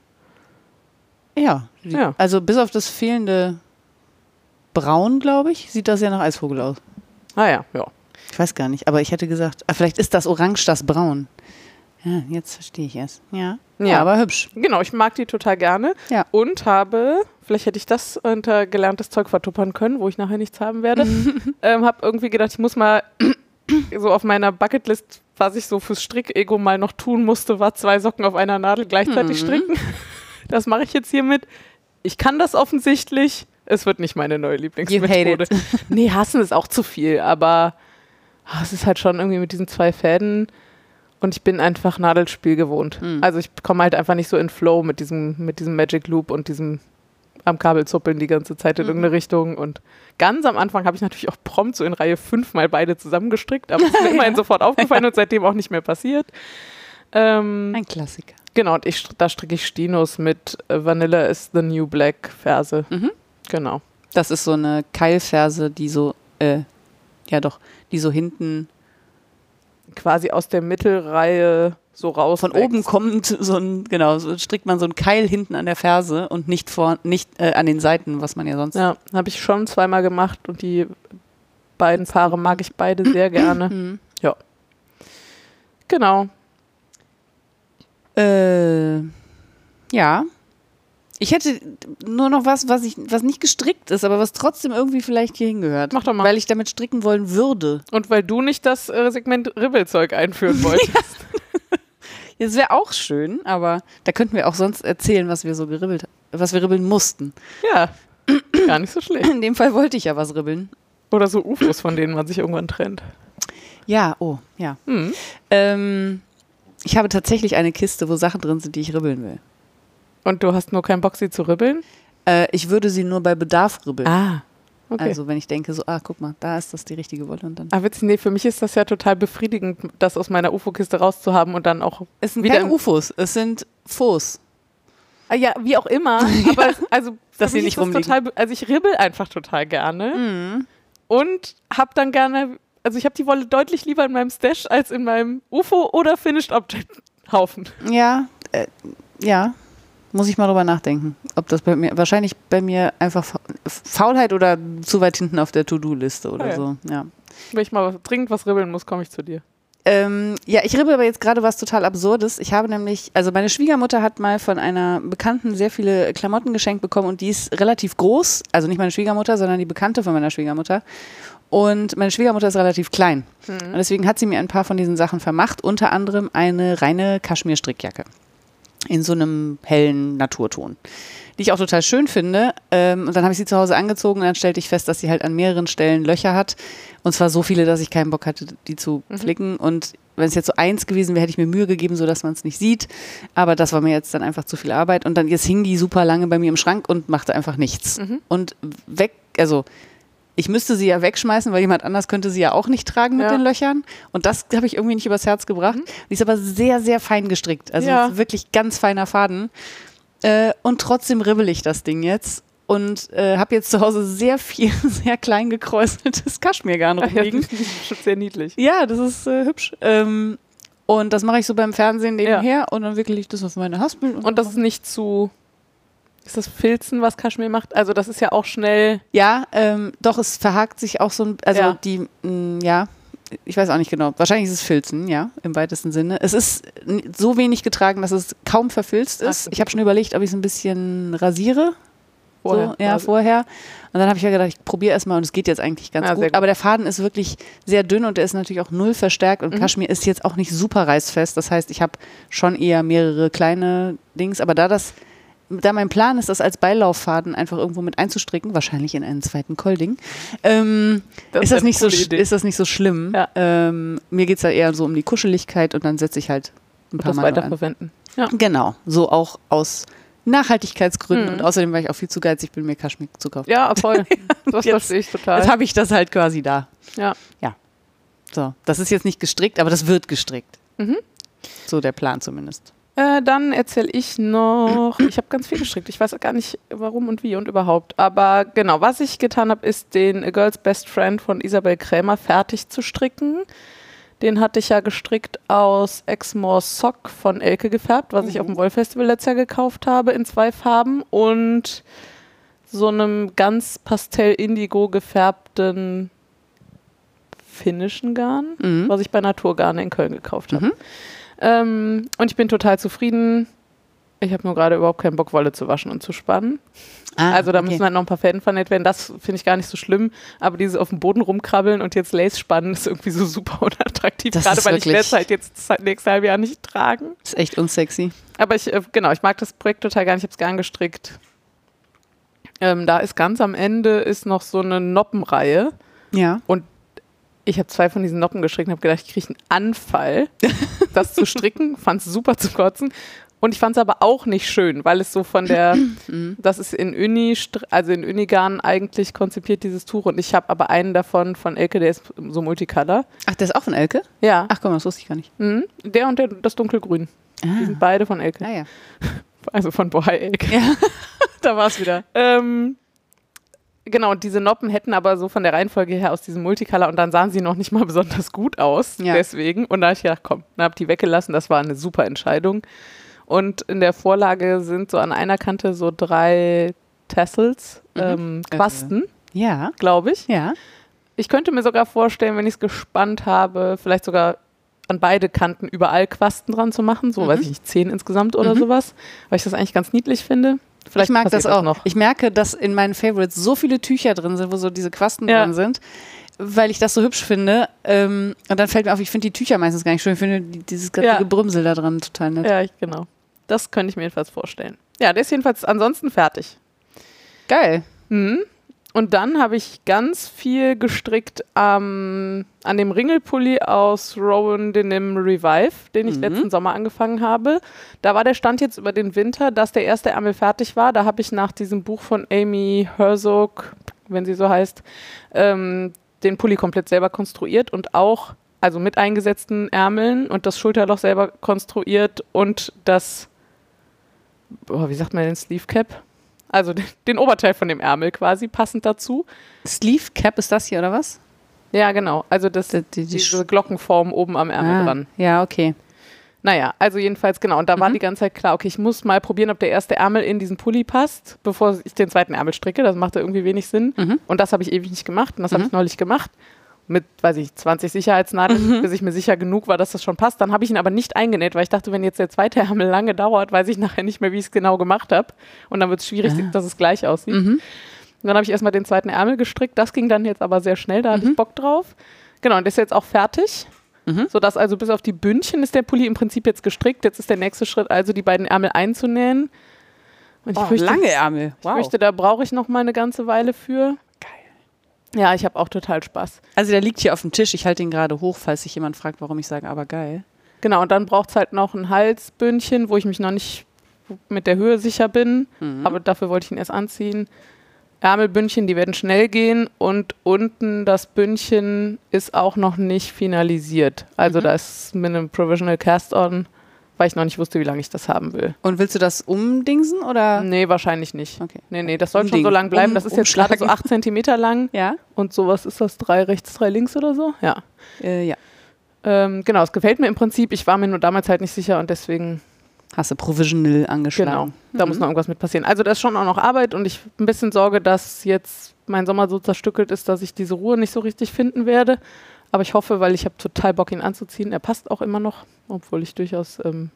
Ja. Die, Ja. Also bis auf das fehlende Braun, glaube ich, sieht das ja nach Eisvogel aus. Ah ja, ja. Ich weiß gar nicht, aber ich hätte gesagt, ah, vielleicht ist das Orange das Braun. Ja, jetzt verstehe ich es. Ja. ja, Ja. aber hübsch. Genau, ich mag die total gerne. Ja. Und habe, vielleicht hätte ich das unter gelerntes Zeug vertuppern können, wo ich nachher nichts haben werde, ähm, habe irgendwie gedacht, ich muss mal so auf meiner Bucketlist, was ich so fürs Strick-Ego mal noch tun musste, war zwei Socken auf einer Nadel gleichzeitig Mhm. stricken. Das mache ich jetzt hiermit. Ich kann das offensichtlich. Es wird nicht meine neue Lieblingsmethode. You hate Nee, hassen ist auch zu viel, aber ah, es ist halt schon irgendwie mit diesen zwei Fäden und ich bin einfach Nadelspiel gewohnt. Mhm. Also ich komme halt einfach nicht so in Flow mit diesem, mit diesem Magic Loop und diesem am Kabel zuppeln die ganze Zeit in Mhm. irgendeine Richtung. Und ganz am Anfang habe ich natürlich auch prompt so in Reihe fünf mal beide zusammengestrickt, aber es ist mir immerhin sofort aufgefallen und seitdem auch nicht mehr passiert. Ähm, Ein Klassiker. genau, und ich, da stricke ich Stinos mit äh, Vanilla is the New Black Ferse. Mhm. Genau. Das ist so eine Keilferse, die so, äh, ja doch, die so hinten Quasi aus der Mittelreihe so raus. von wächst. oben kommt, so ein, genau, so strickt man so ein Keil hinten an der Ferse und nicht vor, nicht äh, an den Seiten, was man ja sonst. Ja, habe ich schon zweimal gemacht und die beiden Paare mag ich beide sehr gerne. Mhm. Genau. Äh, Ja. Ich hätte nur noch was, was, ich, was nicht gestrickt ist, aber was trotzdem irgendwie vielleicht hier hingehört. Mach doch mal. Weil ich damit stricken wollen würde. Und weil du nicht das äh, Segment Ribbelzeug einführen wolltest. Das wäre auch schön, aber da könnten wir auch sonst erzählen, was wir so geribbelt, was wir ribbeln mussten. Ja, gar nicht so schlecht. In dem Fall wollte ich ja was ribbeln. Oder so U F Os, von denen man sich irgendwann trennt. Ja, oh, ja. Mhm. Ähm, ich habe tatsächlich eine Kiste, wo Sachen drin sind, die ich ribbeln will. Und du hast nur keinen Bock, sie zu ribbeln? Äh, ich würde sie nur bei Bedarf ribbeln. Ah, okay. Also wenn ich denke, so, ah, guck mal, da ist das die richtige Wolle und dann. Ah, witzig, nee, für mich ist das ja total befriedigend, das aus meiner U F O-Kiste rauszuhaben und dann auch Es sind wieder keine im- U F Os, es sind Fos. Ah, ja, wie auch immer. Aber es- also, Dass für sie mich nicht ist das rumliegen. total, be- also ich ribbel einfach total gerne Mhm. und hab dann gerne, also ich habe die Wolle deutlich lieber in meinem Stash als in meinem U F O oder Finished Object Haufen. Ja, äh, ja. Muss ich mal drüber nachdenken. Ob das bei mir, wahrscheinlich bei mir einfach Fa- Faulheit oder zu weit hinten auf der To-Do-Liste oder Ah, ja. so. Ja. Wenn ich mal dringend was ribbeln muss, komme ich zu dir. Ähm, ja, ich ribbel aber jetzt gerade was total Absurdes. Ich habe nämlich, also meine Schwiegermutter hat mal von einer Bekannten sehr viele Klamotten geschenkt bekommen und die ist relativ groß. Also nicht meine Schwiegermutter, sondern die Bekannte von meiner Schwiegermutter. Und meine Schwiegermutter ist relativ klein. Und deswegen hat sie mir ein paar von diesen Sachen vermacht. Unter anderem eine reine Kaschmir-Strickjacke. In so einem hellen Naturton. Die ich auch total schön finde. Ähm, und dann habe ich sie zu Hause angezogen und dann stellte ich fest, dass sie halt an mehreren Stellen Löcher hat. Und zwar so viele, dass ich keinen Bock hatte, die zu flicken. Und wenn es jetzt so eins gewesen wäre, hätte ich mir Mühe gegeben, sodass man es nicht sieht. Aber das war mir jetzt dann einfach zu viel Arbeit. Und dann jetzt hing die super lange bei mir im Schrank und machte einfach nichts. Und weg, also ich müsste sie ja wegschmeißen, weil jemand anders könnte sie ja auch nicht tragen mit Ja. den Löchern. Und das habe ich irgendwie nicht übers Herz gebracht. Die ist aber sehr, sehr fein gestrickt. Also Ja. wirklich ganz feiner Faden. Äh, und trotzdem ribbel ich das Ding jetzt. Und äh, habe jetzt zu Hause sehr viel, sehr klein gekräuseltes Kaschmirgarn Ja, rumliegen. das ist bestimmt sehr niedlich. Ja, das ist äh, hübsch. Ähm, und das mache ich so beim Fernsehen nebenher Ja. und dann wickel ich das auf meine Haspel. Und das ist nicht zu. Ist das Filzen, was Kaschmir macht? Also, das ist ja auch schnell. Ja, ähm, doch, es verhakt sich auch so ein, also Ja. die, mh, ja, ich weiß auch nicht genau. Wahrscheinlich ist es Filzen, ja, im weitesten Sinne. Es ist n- so wenig getragen, dass es kaum verfilzt Ach, ist. okay. Ich habe schon überlegt, ob ich es ein bisschen rasiere. Vorher. So, ja, Also- vorher. Und dann habe ich ja gedacht, ich probiere erstmal und es geht jetzt eigentlich ganz Ja, sehr gut. gut. Aber der Faden ist wirklich sehr dünn und der ist natürlich auch null verstärkt und Mhm. Kaschmir ist jetzt auch nicht super reißfest. Das heißt, ich habe schon eher mehrere kleine Dings. Aber da das, da mein Plan ist, das als Beilauffaden einfach irgendwo mit einzustricken, wahrscheinlich in einen zweiten Kolding, ähm, Das ist, wär das eine nicht so, coole sch- Idee. ist das nicht so schlimm. Ja. Ähm, mir geht es da eher so um die Kuscheligkeit und dann setze ich halt ein paar Das Mal nur an. weiterverwenden. Ja. Genau, so auch aus Nachhaltigkeitsgründen Mhm. und außerdem war ich auch viel zu geizig, bin mir Kaschmir zu kaufen. Ja, voll. Das Jetzt- verstehe ich total. Jetzt habe ich das halt quasi da. Ja. Ja. So, das ist jetzt nicht gestrickt, aber das wird gestrickt. Mhm. So der Plan zumindest. Äh, dann erzähle ich noch, ich habe ganz viel gestrickt. Ich weiß auch gar nicht, warum und wie und überhaupt. Aber genau, was ich getan habe, ist den A Girl's Best Friend von Isabel Krämer fertig zu stricken. Den hatte ich ja gestrickt aus Exmoor Sock von Elke gefärbt, was ich auf dem Wollfestival letztes Jahr gekauft habe in zwei Farben und so einem ganz pastell-indigo gefärbten finnischen Garn, Mhm. was ich bei Naturgarne in Köln gekauft habe. Mhm. Ähm, und ich bin total zufrieden. Ich habe nur gerade überhaupt keinen Bock, Wolle zu waschen und zu spannen. Ah, also da okay. müssen halt noch ein paar Fäden vernäht werden. Das finde ich gar nicht so schlimm. Aber dieses auf dem Boden rumkrabbeln und jetzt Lace spannen ist irgendwie so super unattraktiv. Das Gerade ist weil ich wirklich- werde es halt jetzt das nächste halbe Jahr nicht tragen. Ist echt unsexy. Aber ich, äh, genau, ich mag das Projekt total gerne. Ich habe es gern gestrickt. Ähm, da ist ganz am Ende ist noch so eine Noppenreihe. Ja. Ich habe zwei von diesen Noppen gestrickt und habe gedacht, ich kriege einen Anfall, das zu stricken. Fand es super zu kotzen. Und ich fand es aber auch nicht schön, weil es so von der, das ist in Uni, also in Unigarn eigentlich konzipiert, dieses Tuch. Und ich habe aber einen davon von Elke, der ist so Multicolor. Ach, der ist auch von Elke? Ja, Ach komm, das wusste ich gar nicht. mhm. Der und der, das dunkelgrün. Die sind beide von Elke. Ah ja. Also von Bohai Elke. Ja, da war es wieder. Ähm, genau, und diese Noppen hätten aber so von der Reihenfolge her aus diesem Multicolor und dann sahen sie noch nicht mal besonders gut aus. Ja. Deswegen. Und da habe ich gedacht, komm, dann habe die weggelassen. Das war eine super Entscheidung. Und in der Vorlage sind so an einer Kante so drei Tassels, Mhm. ähm, Quasten, Ja. glaube ich. Ja. Ich könnte mir sogar vorstellen, wenn ich es gespannt habe, vielleicht sogar an beide Kanten überall Quasten dran zu machen, so, mhm. weiß ich nicht, zehn insgesamt oder mhm. sowas, weil ich das eigentlich ganz niedlich finde. Vielleicht ich mag das auch. noch. Ich merke, dass in meinen Favorites so viele Tücher drin sind, wo so diese Quasten ja. drin sind, weil ich das so hübsch finde. Ähm, und dann fällt mir auf, ich finde die Tücher meistens gar nicht schön. Ich finde die, dieses ganze ja. Gebrümsel da dran total nett. Ja, ich, genau. Das könnte ich mir jedenfalls vorstellen. Ja, der ist jedenfalls ansonsten fertig. Geil. Mhm. Und dann habe ich ganz viel gestrickt ähm, an dem Ringelpulli aus Rowan Denim Revive, den ich mhm. letzten Sommer angefangen habe. Da war der Stand jetzt über den Winter, dass der erste Ärmel fertig war. Da habe ich nach diesem Buch von Amy Herzog, wenn sie so heißt, ähm, den Pulli komplett selber konstruiert und auch, also mit eingesetzten Ärmeln und das Schulterloch selber konstruiert und das, oh, wie sagt man denn, Sleeve Cap? Also den, den Oberteil von dem Ärmel quasi, passend dazu. Sleeve Cap ist das hier, oder was? Ja, genau. Also das, die, die, die diese Glockenform oben am Ärmel ah, dran. Ja, okay. Naja, also jedenfalls, genau. Und da mhm. war die ganze Zeit klar, okay, ich muss mal probieren, ob der erste Ärmel in diesen Pulli passt, bevor ich den zweiten Ärmel stricke. Das macht ja irgendwie wenig Sinn. Mhm. Und das habe ich ewig nicht gemacht. Und das mhm. habe ich neulich gemacht. Mit, weiß ich, zwanzig Sicherheitsnadeln, mhm. bis ich mir sicher genug war, dass das schon passt. Dann habe ich ihn aber nicht eingenäht, weil ich dachte, wenn jetzt der zweite Ärmel lange dauert, weiß ich nachher nicht mehr, wie ich es genau gemacht habe. Und dann wird es schwierig, ah. dass es gleich aussieht. Mhm. Und dann habe ich erstmal den zweiten Ärmel gestrickt. Das ging dann jetzt aber sehr schnell, da hatte mhm. ich Bock drauf. Genau, und der ist jetzt auch fertig. Mhm. Sodass also bis auf die Bündchen ist der Pulli im Prinzip jetzt gestrickt. Jetzt ist der nächste Schritt also, die beiden Ärmel einzunähen. Und ich oh, fürchte, lange Ärmel. Wow. Ich fürchte, da brauche ich noch mal eine ganze Weile für. Ja, ich habe auch total Spaß. Also der liegt hier auf dem Tisch. Ich halte ihn gerade hoch, falls sich jemand fragt, warum ich sage, aber geil. Genau, und dann braucht es halt noch ein Halsbündchen, wo ich mich noch nicht mit der Höhe sicher bin. Mhm. Aber dafür wollte ich ihn erst anziehen. Ärmelbündchen, die werden schnell gehen. Und unten das Bündchen ist auch noch nicht finalisiert. Also mhm. da ist mit einem Provisional Cast-On, weil ich noch nicht wusste, wie lange ich das haben will. Und willst du das umdingsen, oder? Nee, wahrscheinlich nicht. Okay. Nee, nee, das soll Umding. schon so lang bleiben. Um, das ist jetzt gerade so acht Zentimeter lang. Ja. Und sowas ist das, drei rechts, drei links oder so? Ja. Äh, ja. Ähm, genau, es gefällt mir im Prinzip. Ich war mir nur damals halt nicht sicher und deswegen... Hast du Provisional angeschlagen. Genau, da mhm. muss noch irgendwas mit passieren. Also da ist schon auch noch Arbeit und ich habe ein bisschen Sorge, dass jetzt mein Sommer so zerstückelt ist, dass ich diese Ruhe nicht so richtig finden werde. Aber ich hoffe, weil ich habe total Bock, ihn anzuziehen. Er passt auch immer noch, obwohl ich durchaus ähm,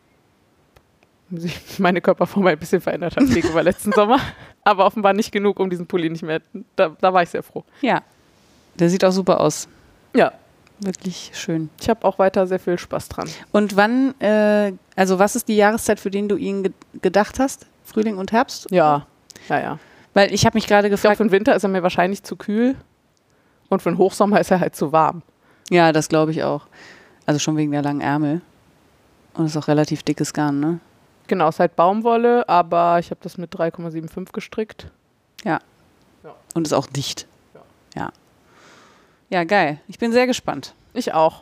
sich meine Körperform ein bisschen verändert habe gegenüber letzten Sommer. Aber offenbar nicht genug, um diesen Pulli nicht mehr... Da, da war ich sehr froh. Ja, der sieht auch super aus. Ja. Wirklich schön. Ich habe auch weiter sehr viel Spaß dran. Und wann, äh, also was ist die Jahreszeit, für den du ihn ge- gedacht hast? Frühling und Herbst? Ja, ja, ja. Weil ich habe mich gerade gefragt... Ich glaube, für den Winter ist er mir wahrscheinlich zu kühl und für den Hochsommer ist er halt zu warm. Ja, das glaube ich auch. Also schon wegen der langen Ärmel. Und ist auch relativ dickes Garn, ne? Genau, es ist halt Baumwolle, aber ich habe das mit drei Komma fünfundsiebzig gestrickt. Ja. ja. Und ist auch dicht. Ja. Ja. Ja, geil. Ich bin sehr gespannt. Ich auch.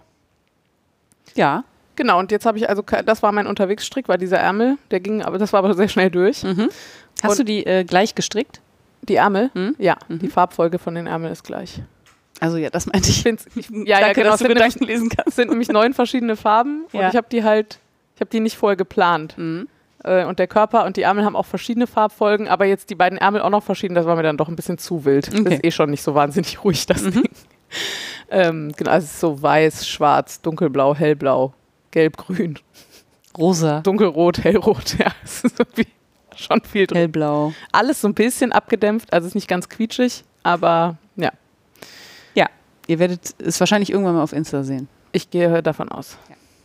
Ja. Genau, und jetzt habe ich also, das war mein Unterwegsstrick, war dieser Ärmel, der ging, aber das war aber sehr schnell durch. Mhm. Hast und du die äh, gleich gestrickt? Die Ärmel? Mhm. Ja, mhm. die Farbfolge von den Ärmeln ist gleich. Also ja, das meinte ich. ich, ich ja, Danke, ja, genau, dass du Gedanken lesen kannst. Es sind nämlich neun verschiedene Farben ja. und ich habe die halt, ich habe die nicht vorher geplant. Mhm. Äh, und der Körper und die Ärmel haben auch verschiedene Farbfolgen, aber jetzt die beiden Ärmel auch noch verschieden, das war mir dann doch ein bisschen zu wild. Okay. Das ist eh schon nicht so wahnsinnig ruhig, das mhm. Ding. Ähm, genau, also es ist so weiß, schwarz, dunkelblau, hellblau, gelb, grün. Rosa. Dunkelrot, hellrot, ja. Es ist irgendwie schon viel drin. Hellblau. Alles so ein bisschen abgedämpft, also es ist nicht ganz quietschig, aber ja. Ja, ihr werdet es wahrscheinlich irgendwann mal auf Insta sehen. Ich gehe davon aus.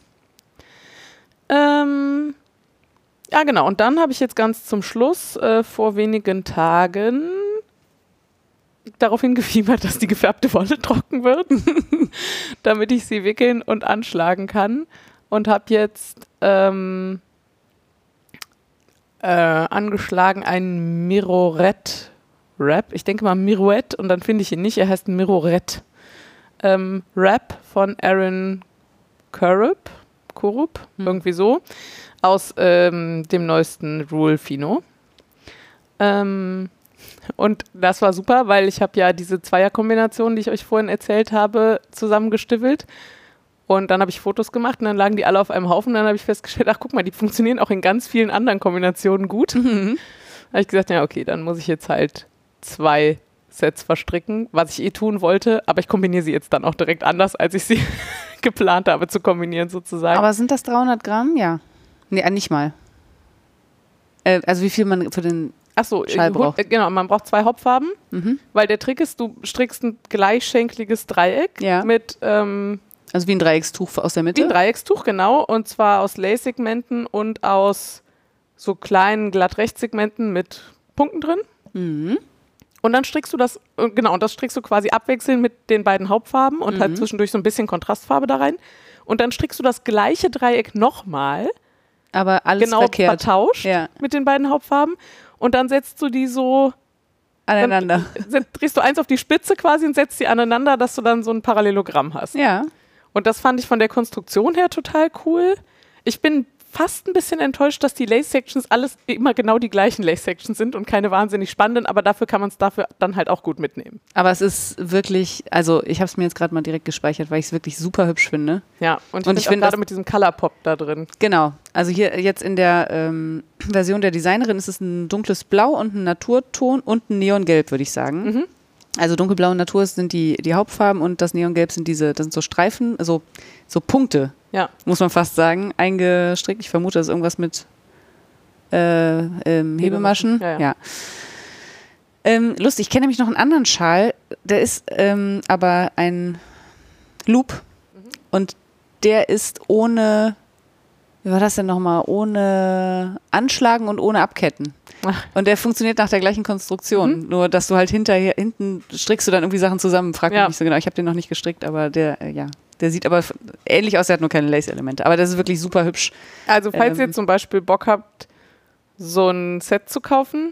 Ja, ähm, ja genau. Und dann habe ich jetzt ganz zum Schluss äh, vor wenigen Tagen darauf hingefiebert, dass die gefärbte Wolle trocken wird, damit ich sie wickeln und anschlagen kann. Und habe jetzt ähm, äh, angeschlagen einen Mirorette-Wrap. Ich denke mal Mirouette und dann finde ich ihn nicht. Er heißt Mirorette. Ähm, Wrap von Aaron Korup, Korup, hm. irgendwie so, aus ähm, dem neuesten Rule Fino. Ähm, Und das war super, weil ich habe ja diese Zweierkombination, die ich euch vorhin erzählt habe, zusammengestiffelt. Und dann habe ich Fotos gemacht und dann lagen die alle auf einem Haufen. Und dann habe ich festgestellt, ach guck mal, die funktionieren auch in ganz vielen anderen Kombinationen gut. Mhm. Da habe ich gesagt, ja okay, dann muss ich jetzt halt zwei Sets verstricken, was ich eh tun wollte, aber ich kombiniere sie jetzt dann auch direkt anders, als ich sie geplant habe zu kombinieren sozusagen. Aber sind das dreihundert Gramm? Ja. Nee, nicht mal. Äh, also wie viel man für den Ach so, Schall braucht. Genau, man braucht zwei Hauptfarben, mhm. weil der Trick ist, du strickst ein gleichschenkliges Dreieck ja. mit ähm, also wie ein Dreieckstuch aus der Mitte? Wie ein Dreieckstuch, genau, und zwar aus Lace-Segmenten und aus so kleinen Glatt-Rechts-Segmenten mit Punkten drin. Mhm. Und dann strickst du das, genau, und das strickst du quasi abwechselnd mit den beiden Hauptfarben und mhm. halt zwischendurch so ein bisschen Kontrastfarbe da rein. Und dann strickst du das gleiche Dreieck nochmal, aber alles genau verkehrt. vertauscht ja. mit den beiden Hauptfarben. Und dann setzt du die so aneinander. Dann drehst du eins auf die Spitze quasi und setzt die aneinander, dass du dann so ein Parallelogramm hast. Ja. Und das fand ich von der Konstruktion her total cool. Ich bin fast ein bisschen enttäuscht, dass die Lace-Sections alles immer genau die gleichen Lace-Sections sind und keine wahnsinnig spannenden, aber dafür kann man es dafür dann halt auch gut mitnehmen. Aber es ist wirklich, also ich habe es mir jetzt gerade mal direkt gespeichert, weil ich es wirklich super hübsch finde. Ja, und ich, und ich finde gerade mit diesem Color-Pop da drin. Genau, also hier jetzt in der ähm, Version der Designerin ist es ein dunkles Blau und ein Naturton und ein Neongelb, würde ich sagen. Mhm. Also dunkelblau und Natur sind die, die Hauptfarben und das Neongelb sind diese, das sind so Streifen, also so Punkte, ja. muss man fast sagen, eingestrickt. Ich vermute, das ist irgendwas mit äh, ähm, Hebemaschen. Ja, ja. ja. Ähm, lustig, ich kenne nämlich noch einen anderen Schal, der ist ähm, aber ein Loop mhm. und der ist ohne, wie war das denn nochmal, ohne Anschlagen und ohne Abketten. Ach. Und der funktioniert nach der gleichen Konstruktion, mhm. nur dass du halt hinterher, hinten strickst du dann irgendwie Sachen zusammen, frag mich ja. nicht so genau, ich habe den noch nicht gestrickt, aber der, äh, ja, der sieht aber ähnlich aus, der hat nur keine Lace-Elemente, aber das ist wirklich super hübsch. Also falls ähm, ihr zum Beispiel Bock habt, so ein Set zu kaufen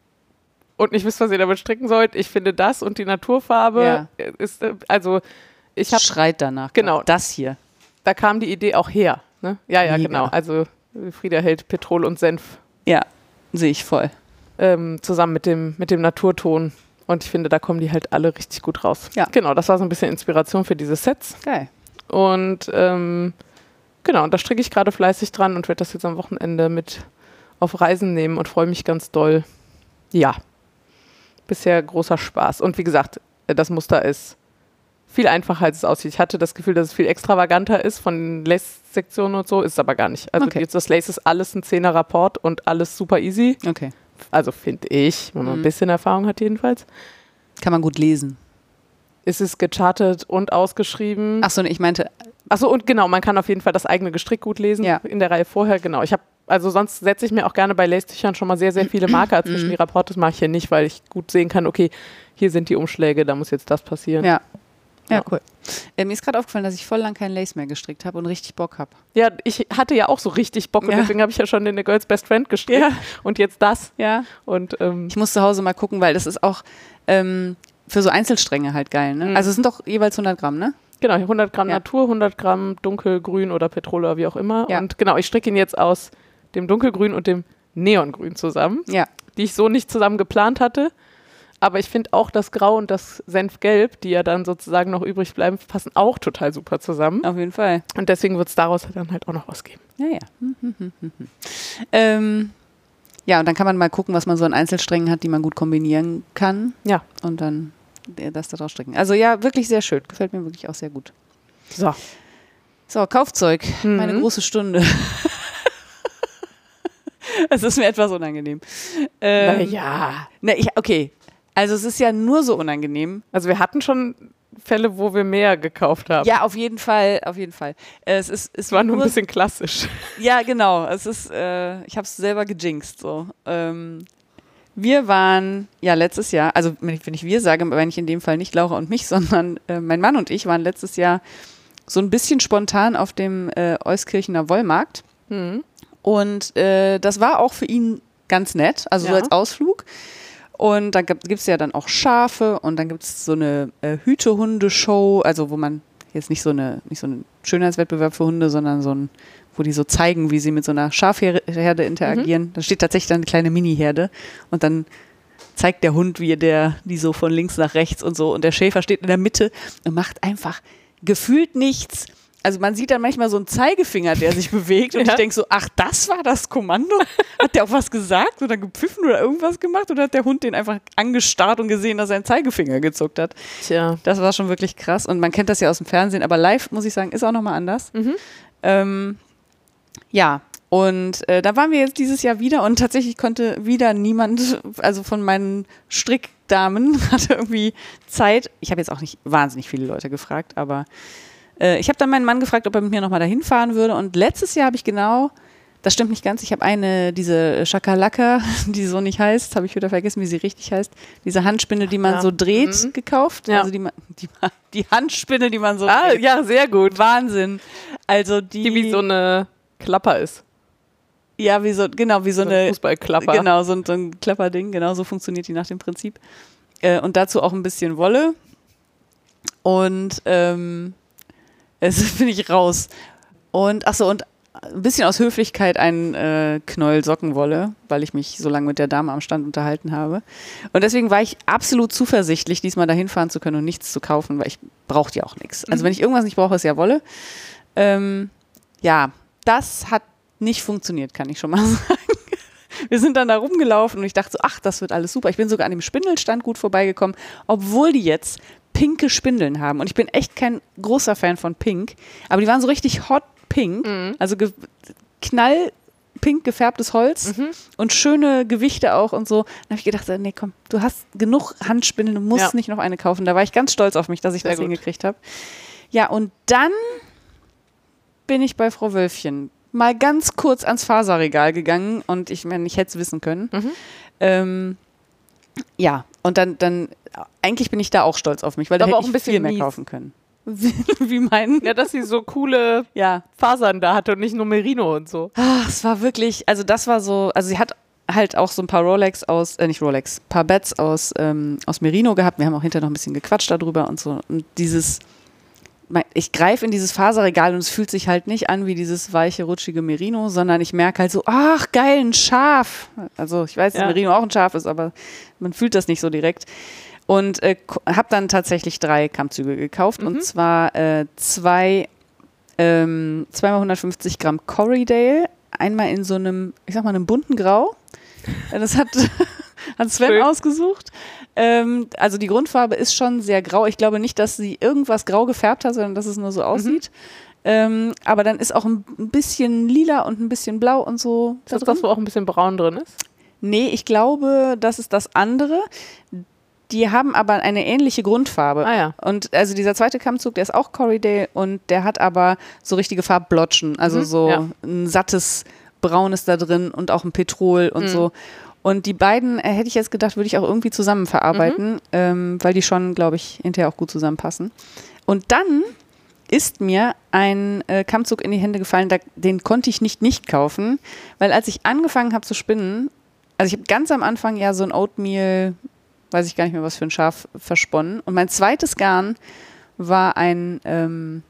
und nicht wisst, was ihr damit stricken sollt, ich finde das und die Naturfarbe ja. ist, also ich habe... Schreit danach. Genau. Das hier. Da kam die Idee auch her, ne? Ja, ja, Mega. genau, also Frieda hält Petrol und Senf. Ja. Sehe ich voll. Ähm, zusammen mit dem, mit dem Naturton. Und ich finde, da kommen die halt alle richtig gut raus. Ja. Genau, das war so ein bisschen Inspiration für diese Sets. Geil. Und ähm, genau, und da stricke ich gerade fleißig dran und werde das jetzt am Wochenende mit auf Reisen nehmen und freue mich ganz doll. Ja, bisher großer Spaß. Und wie gesagt, das Muster ist viel einfacher, als es aussieht. Ich hatte das Gefühl, dass es viel extravaganter ist von den Lace-Sektionen und so, ist es aber gar nicht. Also okay. jetzt das Lace ist alles ein Zehner-Rapport und alles super easy. Okay. Also finde ich, wenn man mhm. ein bisschen Erfahrung hat jedenfalls. Kann man gut lesen. Ist es gechartet und ausgeschrieben. Achso, ich meinte... Achso, und genau, man kann auf jeden Fall das eigene Gestrick gut lesen. Ja. In der Reihe vorher, genau. Ich habe, also sonst setze ich mir auch gerne bei Lace-Tüchern schon mal sehr, sehr viele Marker zwischen die Rapporte. Das mache ich hier nicht, weil ich gut sehen kann, okay, hier sind die Umschläge, da muss jetzt das passieren. Ja. Ja, Ja. cool. Äh, mir ist gerade aufgefallen, dass ich voll lang kein Lace mehr gestrickt habe und richtig Bock habe. Ja, ich hatte ja auch so richtig Bock und Ja. deswegen habe ich ja schon in der Girls Best Friend gestrickt Ja. und jetzt das. Ja. Und ähm, Ich muss zu Hause mal gucken, weil das ist auch ähm, für so Einzelstränge halt geil. Ne? Mhm. Also es sind doch jeweils hundert Gramm, ne? genau, hundert Gramm Ja. Natur, hundert Gramm dunkelgrün oder Petrol oder wie auch immer. Ja. Und genau, ich stricke ihn jetzt aus dem dunkelgrün und dem Neongrün zusammen, Ja. die ich so nicht zusammen geplant hatte. Aber ich finde auch das Grau und das Senfgelb, die ja dann sozusagen noch übrig bleiben, passen auch total super zusammen. Auf jeden Fall. Und deswegen wird es daraus dann halt auch noch was geben. Ja, ja. Hm, hm, hm, hm, hm. Ähm, ja, und dann kann man mal gucken, was man so an Einzelsträngen hat, die man gut kombinieren kann. Ja. Und dann äh, das da draus stricken. Also ja, wirklich sehr schön. Gefällt mir wirklich auch sehr gut. So. So, Kaufzeug. Mhm. Meine große Stunde. Es ist mir etwas unangenehm. Ähm, Naja. Na, ich, okay. Also es ist ja nur so unangenehm. Also wir hatten schon Fälle, wo wir mehr gekauft haben. Ja, auf jeden Fall, auf jeden Fall. Es ist, es Es war nur ein bisschen klassisch. Ja, genau. Es ist, äh, ich habe es selber gejinxt. So. Ähm, wir waren ja letztes Jahr, also wenn ich, wenn ich wir sage, meine ich in dem Fall nicht Laura und mich, sondern äh, mein Mann und ich waren letztes Jahr so ein bisschen spontan auf dem äh, Euskirchener Wollmarkt. Mhm. Und äh, das war auch für ihn ganz nett, also Ja. so als Ausflug. Und da gibt es ja dann auch Schafe und dann gibt es so eine äh, Hütehunde-Show, also wo man jetzt nicht so eine nicht so ein Schönheitswettbewerb für Hunde, sondern so ein, wo die so zeigen, wie sie mit so einer Schafherde interagieren. Mhm. Da steht tatsächlich dann eine kleine Mini-Herde und dann zeigt der Hund, wie der die so von links nach rechts und so und der Schäfer steht in der Mitte und macht einfach gefühlt nichts. also man sieht dann manchmal so einen Zeigefinger, der sich bewegt und ja. ich denke so, ach, das war das Kommando? Hat der auch was gesagt oder gepfiffen oder irgendwas gemacht oder hat der Hund den einfach angestarrt und gesehen, dass er einen Zeigefinger gezuckt hat? Tja. Das war schon wirklich krass und man kennt das ja aus dem Fernsehen, aber live, muss ich sagen, ist auch nochmal anders. Mhm. Ähm, ja, und äh, da waren wir jetzt dieses Jahr wieder und tatsächlich konnte wieder niemand, also von meinen Strickdamen hatte irgendwie Zeit. Ich habe jetzt auch nicht wahnsinnig viele Leute gefragt, aber äh, ich habe dann meinen Mann gefragt, ob er mit mir nochmal dahin fahren würde und letztes Jahr habe ich genau, das stimmt nicht ganz, ich habe eine, diese Schakalaka, die so nicht heißt, habe ich wieder vergessen, wie sie richtig heißt, diese Handspindel, die man ja. so dreht, mhm. gekauft. Ja. Also die, die, die Handspindel, die man so ah, dreht. Ja, sehr gut. Wahnsinn. Also die, die wie so eine Klapper ist. Ja, wie so, genau, wie so, so eine Fußballklapper. Genau, so ein, so ein Klapperding, genau so funktioniert die nach dem Prinzip. Äh, und dazu auch ein bisschen Wolle. Und ähm, es bin ich raus. Und achso, und ein bisschen aus Höflichkeit ein äh, Knäuel Sockenwolle, weil ich mich so lange mit der Dame am Stand unterhalten habe. Und deswegen war ich absolut zuversichtlich, diesmal dahin fahren zu können und nichts zu kaufen, weil ich brauchte ja auch nichts. Also mhm. wenn ich irgendwas nicht brauche, ist ja Wolle. Ähm, ja, das hat nicht funktioniert, kann ich schon mal sagen. Wir sind dann da rumgelaufen und ich dachte so, ach, das wird alles super. Ich bin sogar an dem Spindelstand gut vorbeigekommen, obwohl die jetzt pinke Spindeln haben. Und ich bin echt kein großer Fan von Pink, aber die waren so richtig hot pink, mhm. also ge- knallpink gefärbtes Holz mhm. und schöne Gewichte auch und so. Dann habe ich gedacht, nee, komm, du hast genug Handspindeln, du musst ja. nicht noch eine kaufen. Da war ich ganz stolz auf mich, dass ich Sehr das gut. hingekriegt habe. Ja, und dann bin ich bei Frau Wölfchen mal ganz kurz ans Faserregal gegangen und ich meine, ich hätte es wissen können. Mhm. Ähm, ja, und dann, dann, eigentlich bin ich da auch stolz auf mich, weil da hätte auch ein ich bisschen viel mehr mies. kaufen können. Wie, wie meinen? Ja, dass sie so coole ja. Fasern da hatte und nicht nur Merino und so. Ach, es war wirklich, also das war so, also sie hat halt auch so ein paar Rolex aus, äh, nicht Rolex, paar Beds aus, ähm, aus Merino gehabt. Wir haben auch hinterher noch ein bisschen gequatscht darüber und so. Und dieses, ich greife in dieses Faserregal und es fühlt sich halt nicht an wie dieses weiche, rutschige Merino, sondern ich merke halt so, ach geil, ein Schaf. Also ich weiß, dass ja. Merino auch ein Schaf ist, aber man fühlt das nicht so direkt. Und äh, habe dann tatsächlich drei Kammzüge gekauft mhm. und zwar äh, zwei, ähm, zweimal hundertfünfzig Gramm Corriedale, einmal in so einem, ich sag mal, einem bunten Grau. Das hat, hat Sven Schön. ausgesucht. Ähm, also die Grundfarbe ist schon sehr grau. Ich glaube nicht, dass sie irgendwas grau gefärbt hat, sondern dass es nur so aussieht. Mhm. Ähm, aber dann ist auch ein bisschen lila und ein bisschen blau und so. Ist das das, wo auch ein bisschen braun drin ist? Nee, ich glaube, das ist das andere. Die haben aber eine ähnliche Grundfarbe. Ah, ja. Und also dieser zweite Kammzug, der ist auch Corriedale und der hat aber so richtige Farbblotschen. Also mhm, so ja. ein sattes Braun ist da drin und auch ein Petrol und mhm. so. Und die beiden, äh, hätte ich jetzt gedacht, würde ich auch irgendwie zusammen verarbeiten, mhm. ähm, weil die schon, glaube ich, hinterher auch gut zusammenpassen. Und dann ist mir ein äh, Kammzug in die Hände gefallen, da, den konnte ich nicht nicht kaufen, weil als ich angefangen habe zu spinnen, also ich habe ganz am Anfang ja so ein Oatmeal, weiß ich gar nicht mehr, was für ein Schaf, versponnen. Und mein zweites Garn war ein, ähm,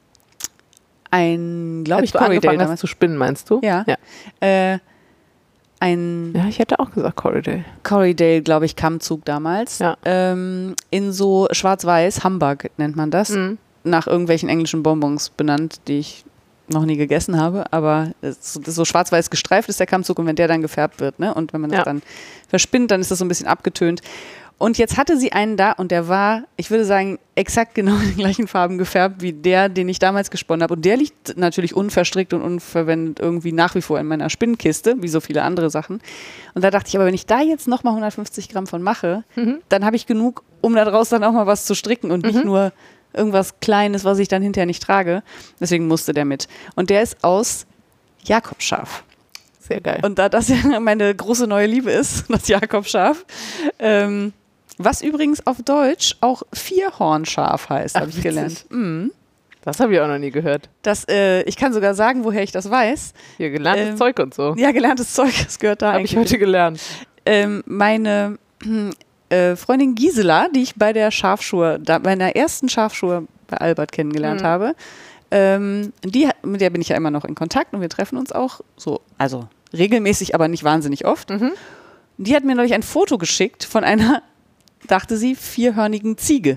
ein, glaube ich, Corriedale damals zu spinnen, meinst du? Ja. ja. Äh, ein ja, ich hätte auch gesagt Corriedale. Corriedale, glaube ich, Kammzug damals. Ja. Ähm, in so schwarz-weiß, Hamburg nennt man das. Mhm. Nach irgendwelchen englischen Bonbons benannt, die ich noch nie gegessen habe, aber so, so schwarz-weiß gestreift ist der Kammzug und wenn der dann gefärbt wird, ne, und wenn man das ja. dann verspinnt, dann ist das so ein bisschen abgetönt. Und jetzt hatte sie einen da und der war, ich würde sagen, exakt genau in den gleichen Farben gefärbt wie der, den ich damals gesponnen habe. Und der liegt natürlich unverstrickt und unverwendet irgendwie nach wie vor in meiner Spinnkiste, wie so viele andere Sachen. Und da dachte ich, aber wenn ich da jetzt nochmal hundertfünfzig Gramm von mache, mhm. dann habe ich genug, um da draus dann auch mal was zu stricken und mhm. nicht nur irgendwas Kleines, was ich dann hinterher nicht trage. Deswegen musste der mit. Und der ist aus Jakobsschaf. Sehr geil. Und da das ja meine große neue Liebe ist, das Jakobsschaf, ähm, was übrigens auf Deutsch auch Vierhornschaf heißt, habe ich gelernt. Mhm. Das habe ich auch noch nie gehört. Das, äh, ich kann sogar sagen, woher ich das weiß. Hier, gelerntes ähm, Zeug und so. Ja, gelerntes Zeug, das gehört da Habe ich heute gelernt. Ähm, meine äh, Freundin Gisela, die ich bei der Schafschur, da, bei meiner ersten Schafschur bei Albert kennengelernt mhm. habe, ähm, die, mit der bin ich ja immer noch in Kontakt und wir treffen uns auch so, also regelmäßig, aber nicht wahnsinnig oft. Mhm. Die hat mir neulich ein Foto geschickt von einer, dachte sie, vierhörnigen Ziege.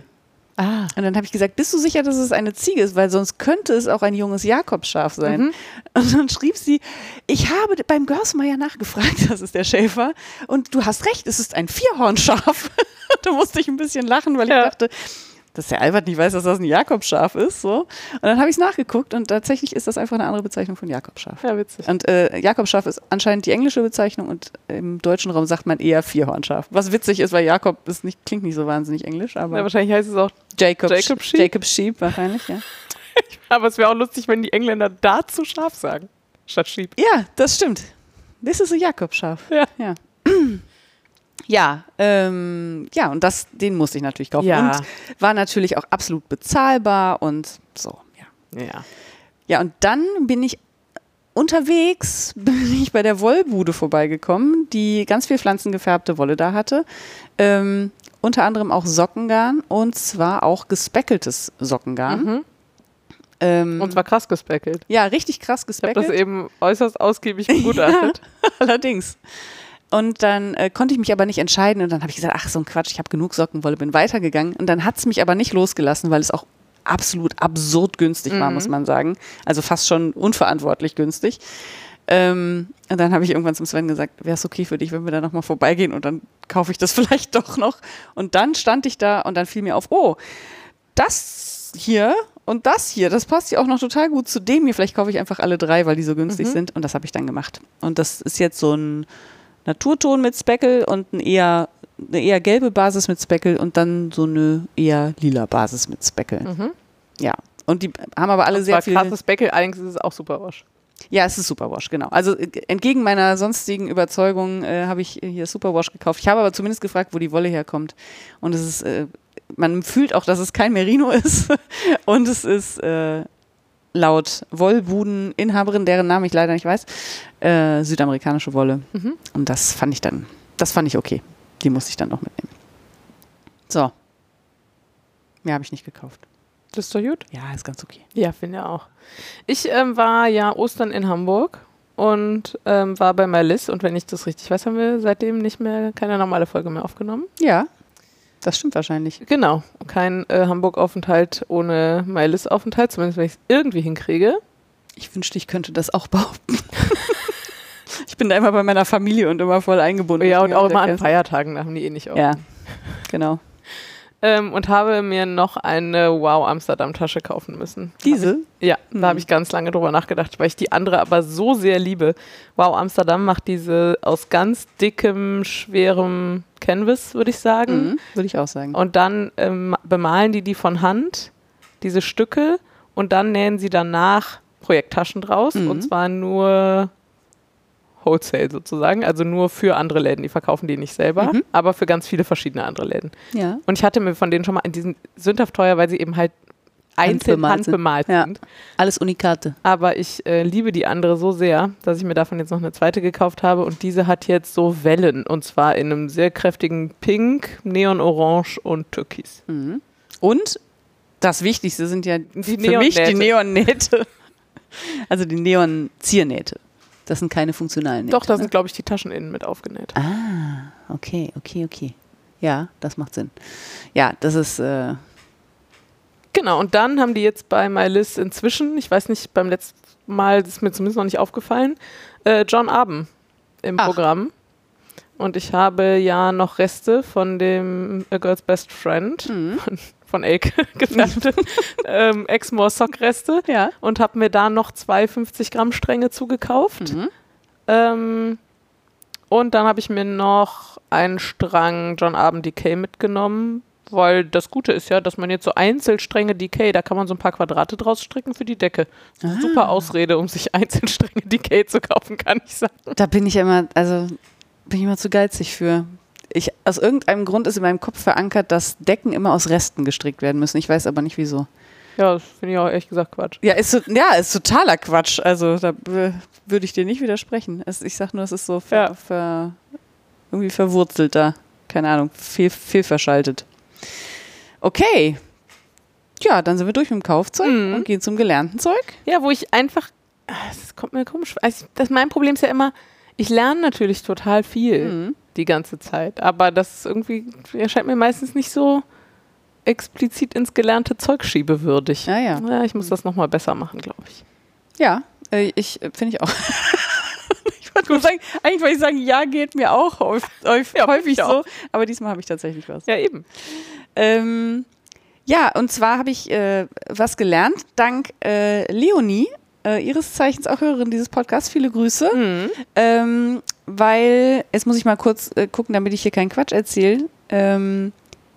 Ah. Und dann habe ich gesagt, bist du sicher, dass es eine Ziege ist? Weil sonst könnte es auch ein junges Jakobsschaf sein. Mhm. Und dann schrieb sie, ich habe beim Görsmeier nachgefragt, das ist der Schäfer, und du hast recht, es ist ein Vierhornschaf. Da musste ich ein bisschen lachen, weil ja. ich dachte, dass der Albert nicht weiß, dass das ein Jakobsschaf ist. So. Und dann habe ich es nachgeguckt und tatsächlich ist das einfach eine andere Bezeichnung von Jakobsschaf. Ja, witzig. Und äh, Jakobsschaf ist anscheinend die englische Bezeichnung und im deutschen Raum sagt man eher Vierhornschaf. Was witzig ist, weil Jakob ist nicht, klingt nicht so wahnsinnig englisch, aber Ja, wahrscheinlich heißt es auch Jacob, Jacob Sheep. Jacob Sheep wahrscheinlich, ja. Aber es wäre auch lustig, wenn die Engländer dazu Schaf sagen, statt Sheep. Ja, das stimmt. Das ist ein Jakobsschaf. Ja. Ja. Ja, ähm, ja, und das, den musste ich natürlich kaufen. Ja. Und war natürlich auch absolut bezahlbar und so, ja. Ja. Ja, und dann bin ich unterwegs, bin ich bei der Wollbude vorbeigekommen, die ganz viel pflanzengefärbte Wolle da hatte. Ähm, unter anderem auch Sockengarn und zwar auch gespeckeltes Sockengarn. Mhm. Ähm, Und zwar krass gespeckelt. ja, richtig krass Ich habe gespeckelt. das eben äußerst ausgiebig begutachtet. Ja, allerdings. Und dann äh, konnte ich mich aber nicht entscheiden und dann habe ich gesagt, ach so ein Quatsch, ich habe genug Sockenwolle, bin weitergegangen und dann hat es mich aber nicht losgelassen, weil es auch absolut absurd günstig war, Mhm. muss man sagen. Also fast schon unverantwortlich günstig. Ähm, und dann habe ich irgendwann zum Sven gesagt, wäre es okay für dich, wenn wir da nochmal vorbeigehen und dann kaufe ich das vielleicht doch noch. Und dann stand ich da und dann fiel mir auf, oh, das hier und das hier, das passt ja auch noch total gut zu dem hier. Vielleicht kaufe ich einfach alle drei, weil die so günstig Mhm. sind. Und das habe ich dann gemacht. Und das ist jetzt so ein Naturton mit Speckle und ein eher, eine eher gelbe Basis mit Speckle und dann so eine eher lila Basis mit Speckle. Mhm. Ja. Und die haben aber alle Und sehr zwar viel. krasses Beckel, allerdings ist es auch Superwash. Ja, es ist Superwash, genau. Also äh, entgegen meiner sonstigen Überzeugung äh, habe ich hier Superwash gekauft. Ich habe aber zumindest gefragt, wo die Wolle herkommt. Und es ist, äh, man fühlt auch, dass es kein Merino ist. Und es ist äh, laut Wollbudeninhaberin, deren Namen ich leider nicht weiß, äh, südamerikanische Wolle. Mhm. Und das fand ich dann, das fand ich okay. Die musste ich dann noch mitnehmen. So. Mehr habe ich nicht gekauft. Das ist doch gut. Ja, ist ganz okay. Ja, finde ich auch. Ich ähm, war ja Ostern in Hamburg und ähm, war bei Malis und wenn ich das richtig weiß, haben wir seitdem nicht mehr, keine normale Folge mehr aufgenommen. Ja, das stimmt wahrscheinlich. Genau, kein äh, Hamburg-Aufenthalt ohne Malis-Aufenthalt, zumindest wenn ich es irgendwie hinkriege. Ich wünschte, ich könnte das auch behaupten. Ich bin da immer bei meiner Familie und immer voll eingebunden. Ja, und auch immer an Feiertagen. Feiertagen, da haben die eh nicht auf. Ja, genau. Ähm, und habe mir noch eine Wow Amsterdam-Tasche kaufen müssen. Diese? Ja, Hm. da habe ich ganz lange drüber nachgedacht, weil ich die andere aber so sehr liebe. Wow Amsterdam macht diese aus ganz dickem, schwerem Canvas, würde ich sagen. Mhm. Würde ich auch sagen. Und dann ähm, bemalen die die von Hand, diese Stücke, und dann nähen sie danach Projekttaschen draus. Mhm. Und zwar nur Wholesale sozusagen, also nur für andere Läden. Die verkaufen die nicht selber, Mhm. aber für ganz viele verschiedene andere Läden. Ja. Und ich hatte mir von denen schon mal, die sind sündhaft teuer, weil sie eben halt einzeln Handbemalt sind. handbemalt Ja. sind. Alles Unikate. Aber ich äh, liebe die andere so sehr, dass ich mir davon jetzt noch eine zweite gekauft habe. Und diese hat jetzt so Wellen. Und zwar in einem sehr kräftigen Pink, Neonorange und Türkis. Mhm. Und das Wichtigste sind ja Die für mich die Neonnähte. Neonnähte. Also die Neon-Ziernähte. Das sind keine funktionalen Nähte. Doch, da ne? sind, glaube ich, die Taschen innen mit aufgenäht. Ah, okay, okay, okay. Ja, das macht Sinn. Ja, das ist, äh, Genau, und dann haben die jetzt bei MyList inzwischen, ich weiß nicht, beim letzten Mal, das ist mir zumindest noch nicht aufgefallen, äh, John Arben im Ach. Programm. Und ich habe ja noch Reste von dem A Girl's Best Friend, mhm. von, von Elke gefärbte ähm, Exmoor Sock-Reste ja. und habe mir da noch zwei fünfzig Gramm Stränge zugekauft. Mhm. Ähm, und dann habe ich mir noch einen Strang John Arben Decay mitgenommen, weil das Gute ist ja, dass man jetzt so Einzelstränge Decay, da kann man so ein paar Quadrate draus stricken für die Decke. Ah. Super Ausrede, um sich Einzelstränge Decay zu kaufen, kann ich sagen. Da bin ich ja immer, also bin ich immer zu geizig für. Ich, aus irgendeinem Grund ist in meinem Kopf verankert, dass Decken immer aus Resten gestrickt werden müssen. Ich weiß aber nicht wieso. Ja, das finde ich auch ehrlich gesagt Quatsch. Ja, ist, so, ja, ist totaler Quatsch. Also da äh, würde ich dir nicht widersprechen. Es, ich sag nur, es ist so ver, Ja. ver, irgendwie verwurzelt da. Keine Ahnung, viel, viel verschaltet. Okay. Ja, dann sind wir durch mit dem Kaufzeug Mhm. und gehen zum gelernten Zeug. Ja, wo ich einfach, ah, das kommt mir komisch vor. Also das, mein Problem ist ja immer, ich lerne natürlich total viel Mhm. die ganze Zeit, aber das ist irgendwie erscheint mir meistens nicht so explizit ins gelernte Zeug schiebe, würdig. Ja, ja. ja ich muss das nochmal besser machen, glaube ich. Ja, äh, ich äh, finde ich auch. ich wollte nur sagen, eigentlich wollte ich sagen, ja, geht mir auch häufig, ja, häufig so, auch. aber diesmal habe ich tatsächlich was. Ja, eben. Ähm, ja, und zwar habe ich äh, was gelernt, dank äh, Leonie, äh, ihres Zeichens auch Hörerin dieses Podcasts. Viele Grüße. Mhm. Ähm, weil, jetzt muss ich mal kurz äh, gucken, damit ich hier keinen Quatsch erzähle. Ähm,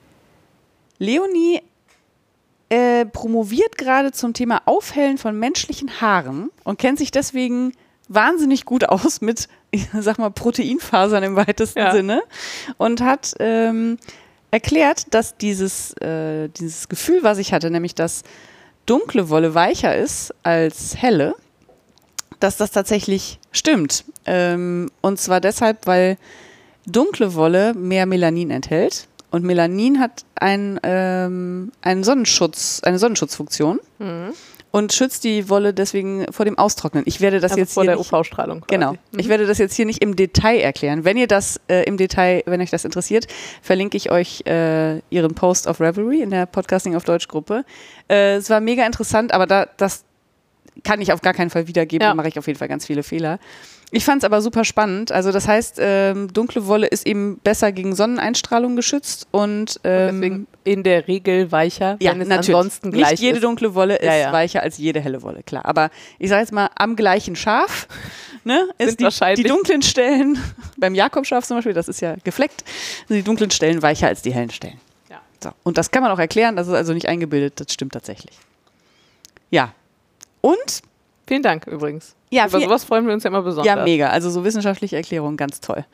Leonie äh, promoviert gerade zum Thema Aufhellen von menschlichen Haaren und kennt sich deswegen wahnsinnig gut aus mit, ich sag mal, Proteinfasern im weitesten ja. Sinne und hat ähm, erklärt, dass dieses, äh, dieses Gefühl, was ich hatte, nämlich dass dunkle Wolle weicher ist als helle, dass das tatsächlich stimmt. Ähm, und zwar deshalb, weil dunkle Wolle mehr Melanin enthält. Und Melanin hat ein, ähm, einen Sonnenschutz, eine Sonnenschutzfunktion mhm. und schützt die Wolle deswegen vor dem Austrocknen. Ich werde das also jetzt vor hier der nicht, U V-Strahlung. Quasi. Genau. Mhm. Ich werde das jetzt hier nicht im Detail erklären. Wenn ihr das äh, im Detail, wenn euch das interessiert, verlinke ich euch äh, ihren Post auf Revelry in der Podcasting auf Deutsch Gruppe. Äh, es war mega interessant, aber da, das kann ich auf gar keinen Fall wiedergeben. Ja. Da mache ich auf jeden Fall ganz viele Fehler. Ich fand es aber super spannend. Also das heißt, ähm, dunkle Wolle ist eben besser gegen Sonneneinstrahlung geschützt und, ähm, und deswegen in der Regel weicher, ja, wenn es natürlich. ansonsten gleich Nicht jede ist. dunkle Wolle ist ja, ja. weicher als jede helle Wolle, klar. Aber ich sage jetzt mal, am gleichen Schaf ne, ist die, wahrscheinlich die dunklen Stellen, beim Jakobschaf zum Beispiel, das ist ja gefleckt, sind die dunklen Stellen weicher als die hellen Stellen. Ja. So. Und das kann man auch erklären, das ist also nicht eingebildet, das stimmt tatsächlich. Ja. Und vielen Dank übrigens. Ja, Über viel, sowas freuen wir uns ja immer besonders. Ja, mega. Also so wissenschaftliche Erklärungen, ganz toll.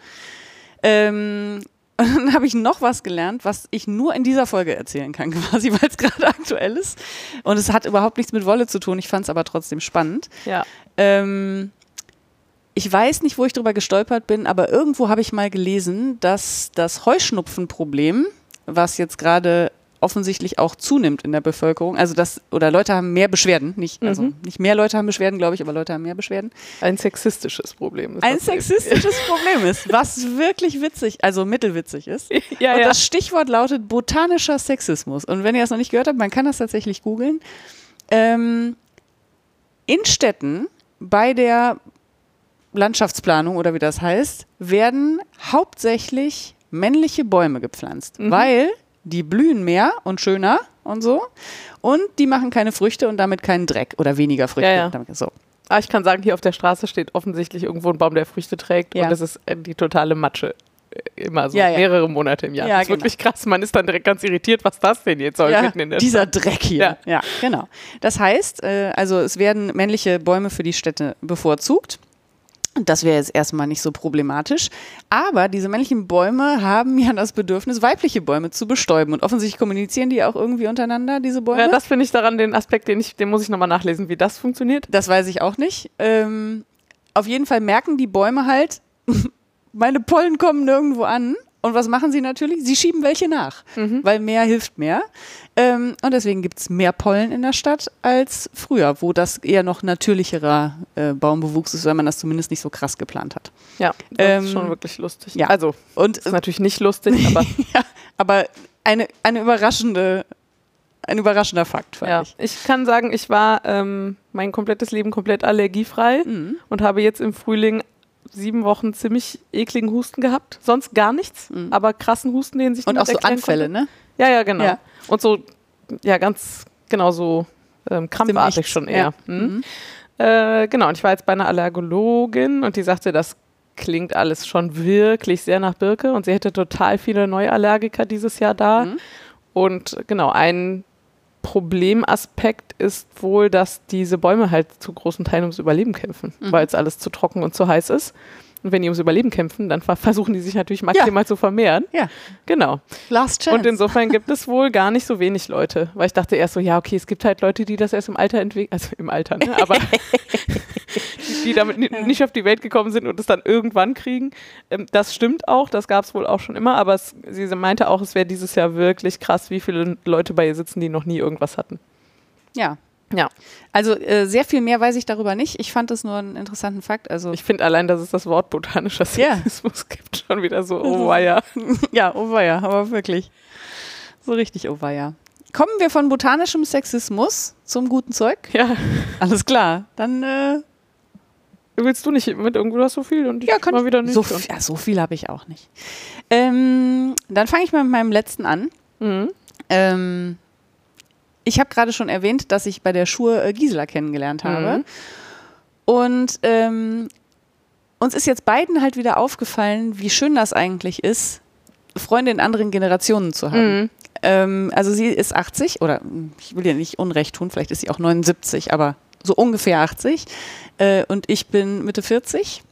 Ähm, und dann habe ich noch was gelernt, was ich nur in dieser Folge erzählen kann, quasi, weil es gerade aktuell ist. Und es hat überhaupt nichts mit Wolle zu tun. Ich fand es aber trotzdem spannend. Ja. Ähm, ich weiß nicht, wo ich drüber gestolpert bin, aber irgendwo habe ich mal gelesen, dass das Heuschnupfenproblem, was jetzt gerade offensichtlich auch zunimmt in der Bevölkerung. Also das, oder Leute haben mehr Beschwerden. Nicht, also mhm. nicht mehr Leute haben Beschwerden, glaube ich, aber Leute haben mehr Beschwerden. Ein sexistisches Problem ist. Ein sexistisches Problem ist, was wirklich witzig, also mittelwitzig ist. Ja, und ja. das Stichwort lautet botanischer Sexismus. Und wenn ihr das noch nicht gehört habt, man kann das tatsächlich googeln. Ähm, in Städten bei der Landschaftsplanung oder wie das heißt, werden hauptsächlich männliche Bäume gepflanzt, mhm. weil die blühen mehr und schöner und so. Und die machen keine Früchte und damit keinen Dreck oder weniger Früchte. Ja, ja. Damit, so. Ah, ich kann sagen, hier auf der Straße steht offensichtlich irgendwo ein Baum, der Früchte trägt. Ja. Und das ist die totale Matsche. Immer so ja, ja. mehrere Monate im Jahr. Ja, das ist genau. wirklich krass. Man ist dann direkt ganz irritiert, was das denn jetzt soll ja, mitten in der dieser Stadt. Dreck hier. Ja. ja, genau. Das heißt, äh, also es werden männliche Bäume für die Städte bevorzugt. Das wäre jetzt erstmal nicht so problematisch. Aber diese männlichen Bäume haben ja das Bedürfnis, weibliche Bäume zu bestäuben. Und offensichtlich kommunizieren die auch irgendwie untereinander, diese Bäume. Ja, das finde ich daran den Aspekt, den, ich, den muss ich nochmal nachlesen, wie das funktioniert. Das weiß ich auch nicht. Ähm, auf jeden Fall merken die Bäume halt, meine Pollen kommen nirgendwo an. Und was machen sie natürlich? Sie schieben welche nach, mhm. weil mehr hilft mehr. Ähm, und deswegen gibt es mehr Pollen in der Stadt als früher, wo das eher noch natürlicherer äh, Baumbewuchs ist, weil man das zumindest nicht so krass geplant hat. Ja, das ähm, ist schon wirklich lustig. Ja. Also, und ist natürlich nicht lustig, aber ja, aber eine, eine überraschende, ein überraschender Fakt, fand ja. ich. Ich kann sagen, ich war ähm, mein komplettes Leben komplett allergiefrei mhm. und habe jetzt im Frühling sieben Wochen ziemlich ekligen Husten gehabt. Sonst gar nichts, mhm. aber krassen Husten, den sich und auch so Anfälle, konnte. ne? Ja, ja, genau. Ja. Und so, ja, ganz genau so ähm, krampfartig schon eher. Ja. Mhm. Mhm. Äh, genau, und ich war jetzt bei einer Allergologin und die sagte, das klingt alles schon wirklich sehr nach Birke und sie hätte total viele Neuallergiker dieses Jahr da. Mhm. Und genau, ein Problemaspekt ist wohl, dass diese Bäume halt zu großen Teilen ums Überleben kämpfen, mhm. weil es alles zu trocken und zu heiß ist. Und wenn die ums Überleben kämpfen, dann versuchen die sich natürlich maximal ja. zu vermehren. Ja. Genau. Last chance. Und insofern gibt es wohl gar nicht so wenig Leute. Weil ich dachte erst so, ja, okay, es gibt halt Leute, die das erst im Alter entwickeln, also im Alter, ne? Aber die, die damit ja. nicht auf die Welt gekommen sind und es dann irgendwann kriegen. Ähm, das stimmt auch, das gab es wohl auch schon immer, aber es, sie meinte auch, es wäre dieses Jahr wirklich krass, wie viele Leute bei ihr sitzen, die noch nie irgendwas hatten. Ja. Ja. Also äh, sehr viel mehr weiß ich darüber nicht. Ich fand es nur einen interessanten Fakt. Also ich finde allein, dass es das Wort botanischer Sexismus ja. gibt, schon wieder so, oh weia. Ja, oh weia, aber wirklich. So richtig oh weia. kommen wir von botanischem Sexismus zum guten Zeug? Ja. Alles klar, dann äh, willst du nicht mit irgendwo, du hast so viel und ich ja, kann mal wieder nicht. So, ja, so viel habe ich auch nicht. Ähm, dann fange ich mal mit meinem letzten an. Mhm. Ähm, ich habe gerade schon erwähnt, dass ich bei der Schur äh, Gisela kennengelernt habe. Mhm. Und ähm, uns ist jetzt beiden halt wieder aufgefallen, wie schön das eigentlich ist, Freunde in anderen Generationen zu haben. Mhm. Ähm, also sie ist achtzig, oder ich will ihr nicht Unrecht tun, vielleicht ist sie auch neunundsiebzig, aber so ungefähr achtzig. Äh, und ich bin Mitte vierzig.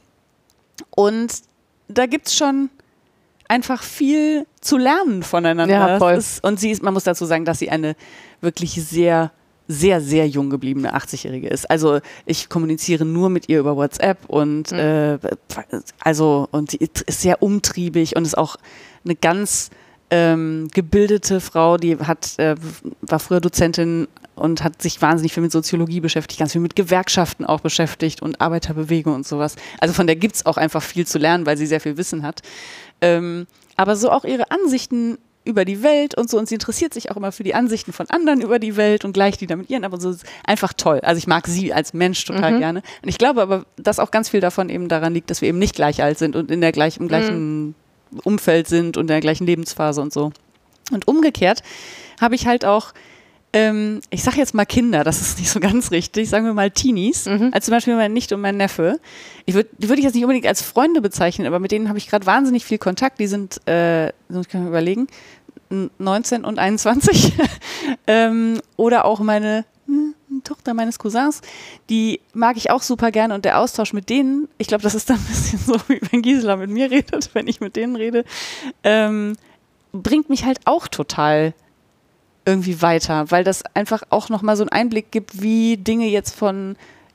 Und da gibt es schon einfach viel zu lernen voneinander. Ja, voll. Das ist, und sie ist, man muss dazu sagen, dass sie eine wirklich sehr, sehr, sehr jung gebliebene achtzigjährige ist. Also ich kommuniziere nur mit ihr über WhatsApp und mhm. äh, also und sie ist sehr umtriebig und ist auch eine ganz ähm, gebildete Frau, die hat äh, war früher Dozentin und hat sich wahnsinnig viel mit Soziologie beschäftigt, ganz viel mit Gewerkschaften auch beschäftigt und Arbeiterbewegung und sowas. Also von der gibt es auch einfach viel zu lernen, weil sie sehr viel Wissen hat. Ähm, aber so auch ihre Ansichten über die Welt und so, und sie interessiert sich auch immer für die Ansichten von anderen über die Welt und gleicht die da mit ihren, aber so ist einfach toll. Also ich mag sie als Mensch total mhm. gerne. Und ich glaube aber, dass auch ganz viel davon eben daran liegt, dass wir eben nicht gleich alt sind und in der gleich, im gleichen mhm. Umfeld sind und in der gleichen Lebensphase und so. Und umgekehrt habe ich halt auch Ähm, ich sage jetzt mal Kinder, das ist nicht so ganz richtig, sagen wir mal Teenies, mhm. als zum Beispiel meine Nichte und mein Neffe. Ich würd, die würde ich jetzt nicht unbedingt als Freunde bezeichnen, aber mit denen habe ich gerade wahnsinnig viel Kontakt. Die sind, äh, so kann man überlegen, neunzehn und einundzwanzig. ähm, oder auch meine hm, Tochter meines Cousins, die mag ich auch super gerne, und der Austausch mit denen, ich glaube, das ist dann ein bisschen so, wie wenn Gisela mit mir redet, wenn ich mit denen rede, ähm, bringt mich halt auch total irgendwie weiter, weil das einfach auch nochmal so einen Einblick gibt, wie Dinge jetzt von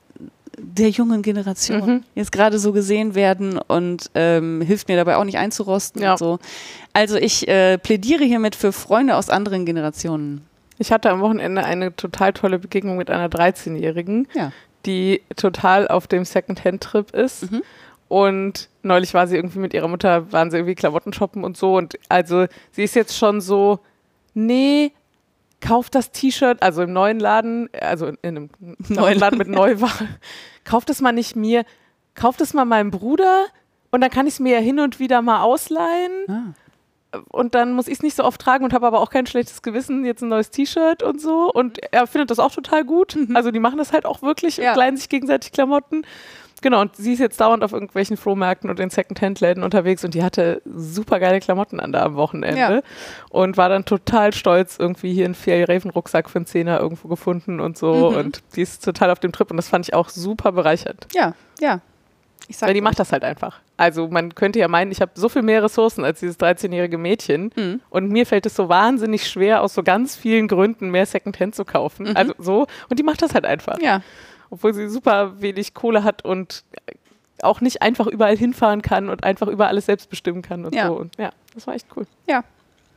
der jungen Generation mhm. jetzt gerade so gesehen werden, und ähm, hilft mir dabei auch nicht einzurosten ja. und so. Also ich äh, plädiere hiermit für Freunde aus anderen Generationen. Ich hatte am Wochenende eine total tolle Begegnung mit einer dreizehnjährigen, ja. die total auf dem Secondhand-Trip ist. Mhm. Und neulich war sie irgendwie mit ihrer Mutter, waren sie irgendwie Klamotten shoppen und so. Und also sie ist jetzt schon so, nee, kauf das T-Shirt, also im neuen Laden, also in einem neuen Laden mit Neuware, kauf das mal nicht mir, kauf das mal meinem Bruder, und dann kann ich es mir ja hin und wieder mal ausleihen. Ah. Und dann muss ich es nicht so oft tragen und habe aber auch kein schlechtes Gewissen, jetzt ein neues T-Shirt und so. Und er findet das auch total gut. Mhm. Also die machen das halt auch wirklich ja. und leihen sich gegenseitig Klamotten. Genau, und sie ist jetzt dauernd auf irgendwelchen Flohmärkten und in Secondhand-Läden unterwegs, und die hatte super geile Klamotten an da am Wochenende ja. und war dann total stolz, irgendwie hier einen Fjällräven-Rucksack für einen Zehner irgendwo gefunden und so, mhm. und die ist total auf dem Trip, und das fand ich auch super bereichernd. Ja, ja. Ich sag Weil die macht das halt einfach. Also man könnte ja meinen, ich habe so viel mehr Ressourcen als dieses dreizehnjährige Mädchen, mhm. und mir fällt es so wahnsinnig schwer, aus so ganz vielen Gründen mehr Secondhand zu kaufen. Mhm. Also so, und die macht das halt einfach. Ja. Obwohl sie super wenig Kohle hat und auch nicht einfach überall hinfahren kann und einfach über alles selbst bestimmen kann und ja. so. Und ja, das war echt cool. Ja.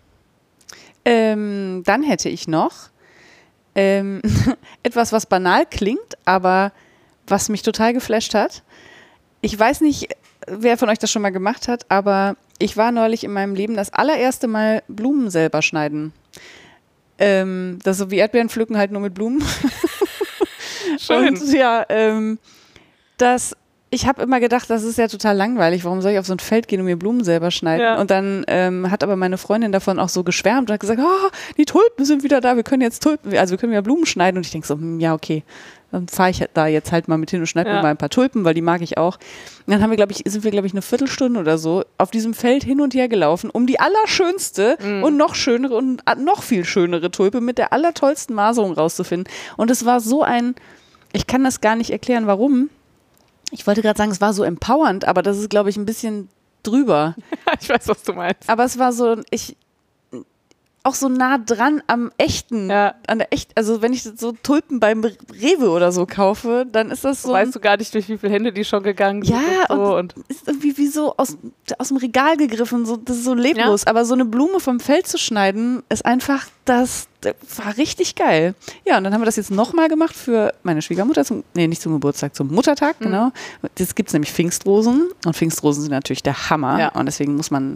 Ähm, dann hätte ich noch ähm, etwas, was banal klingt, aber was mich total geflasht hat. Ich weiß nicht, wer von euch das schon mal gemacht hat, aber ich war neulich in meinem Leben das allererste Mal Blumen selber schneiden. Ähm, das ist so wie Erdbeeren pflücken, halt nur mit Blumen. Schön. Und ja, ähm, das, ich habe immer gedacht, das ist ja total langweilig. Warum soll ich auf so ein Feld gehen und mir Blumen selber schneiden? Ja. Und dann ähm, hat aber meine Freundin davon auch so geschwärmt und hat gesagt, oh, die Tulpen sind wieder da, wir können jetzt Tulpen, also wir können ja Blumen schneiden. Und ich denke so, hm, ja, okay, dann fahre ich da jetzt halt mal mit hin und schneide ja. mir mal ein paar Tulpen, weil die mag ich auch. Und dann haben wir, glaube ich, sind wir, glaube ich, eine Viertelstunde oder so auf diesem Feld hin und her gelaufen, um die allerschönste mhm. und noch schönere und noch viel schönere Tulpe mit der allertollsten Maserung rauszufinden. Und es war so ein, ich kann das gar nicht erklären, warum. Ich wollte gerade sagen, es war so empowernd, aber das ist, glaube ich, ein bisschen drüber. Ich weiß, was du meinst. Aber es war so, ich auch so nah dran am echten, ja. an der echt, also wenn ich so Tulpen beim Rewe oder so kaufe, dann ist das so. Weißt du gar nicht, durch wie viele Hände die schon gegangen sind. Ja, und, so und, und ist irgendwie wie so aus, aus dem Regal gegriffen, so, das ist so leblos. Ja. Aber so eine Blume vom Feld zu schneiden, ist einfach, das, das war richtig geil. Ja, und dann haben wir das jetzt nochmal gemacht für meine Schwiegermutter, zum, nee, nicht zum Geburtstag, zum Muttertag, mhm. genau. Jetzt gibt es nämlich Pfingstrosen, und Pfingstrosen sind natürlich der Hammer, ja. und deswegen muss man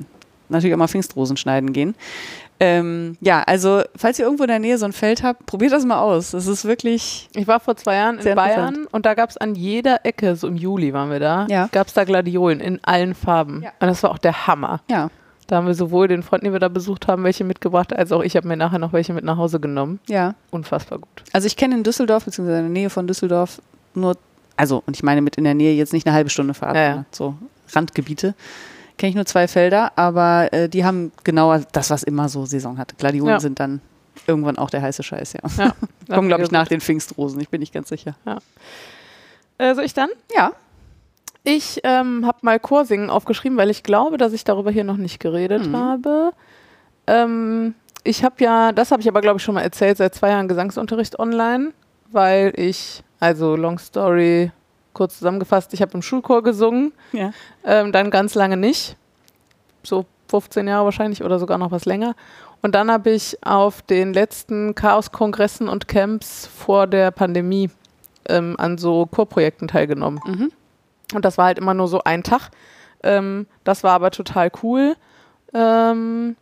natürlich auch mal Pfingstrosen schneiden gehen. Ähm, ja, also falls ihr irgendwo in der Nähe so ein Feld habt, probiert das mal aus. Das ist wirklich. Ich war vor zwei Jahren in Bayern und da gab es an jeder Ecke, so im Juli waren wir da, ja. gab es da Gladiolen in allen Farben. Ja. Und das war auch der Hammer. Ja. Da haben wir sowohl den Freunden, die wir da besucht haben, welche mitgebracht, als auch ich habe mir nachher noch welche mit nach Hause genommen. Ja. Unfassbar gut. Also ich kenne in Düsseldorf, beziehungsweise in der Nähe von Düsseldorf nur, also und ich meine mit in der Nähe jetzt nicht eine halbe Stunde Fahrt, ja, ja. so Randgebiete. Kenne ich nur zwei Felder, aber äh, die haben genau das, was immer so Saison hat. Gladiolen ja. sind dann irgendwann auch der heiße Scheiß, ja. ja Kommen, glaube ich, nach den Pfingstrosen, ich bin nicht ganz sicher. Ja. Äh, soll ich dann? Ja. Ich ähm, habe mal Chorsingen aufgeschrieben, weil ich glaube, dass ich darüber hier noch nicht geredet mhm. habe. Ähm, ich habe ja, das habe ich aber, glaube ich, schon mal erzählt, seit zwei Jahren Gesangsunterricht online, weil ich, also long story, kurz zusammengefasst, ich habe im Schulchor gesungen, ja. ähm, dann ganz lange nicht, so fünfzehn Jahre wahrscheinlich oder sogar noch was länger. Und dann habe ich auf den letzten Chaos-Kongressen und Camps vor der Pandemie ähm, an so Chorprojekten teilgenommen. Mhm. Und das war halt immer nur so ein Tag. Ähm, das war aber total cool. Ähm,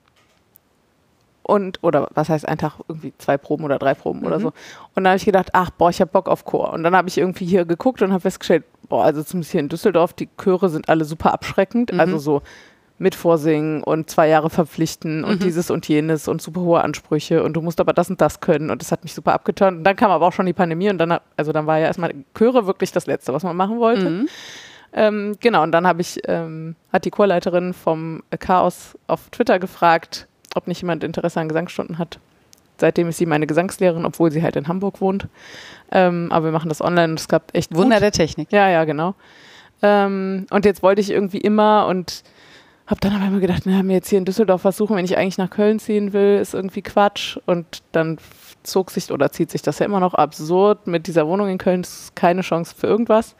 Und, oder was heißt ein Tag, irgendwie zwei Proben oder drei Proben mhm. oder so. Und dann habe ich gedacht, ach, boah, ich habe Bock auf Chor. Und dann habe ich irgendwie hier geguckt und habe festgestellt, boah, also zumindest hier in Düsseldorf, die Chöre sind alle super abschreckend. Mhm. Also so mit Vorsingen und zwei Jahre verpflichten und mhm. dieses und jenes und super hohe Ansprüche und du musst aber das und das können und das hat mich super abgeturnt. Und dann kam aber auch schon die Pandemie und dann, also dann war ja erstmal Chöre wirklich das Letzte, was man machen wollte. Mhm. Ähm, genau, und dann habe ich, ähm, hat die Chorleiterin vom Chaos auf Twitter gefragt, ob nicht jemand Interesse an Gesangsstunden hat. Seitdem ist sie meine Gesangslehrerin, obwohl sie halt in Hamburg wohnt. Ähm, aber wir machen das online und es klappt echt Wunder gut. der Technik. Ja, ja, genau. Ähm, und jetzt wollte ich irgendwie immer und habe dann aber immer gedacht, na, mir jetzt hier in Düsseldorf was suchen, wenn ich eigentlich nach Köln ziehen will, ist irgendwie Quatsch. Und dann zog sich oder zieht sich das ja immer noch absurd. Mit dieser Wohnung in Köln ist keine Chance für irgendwas.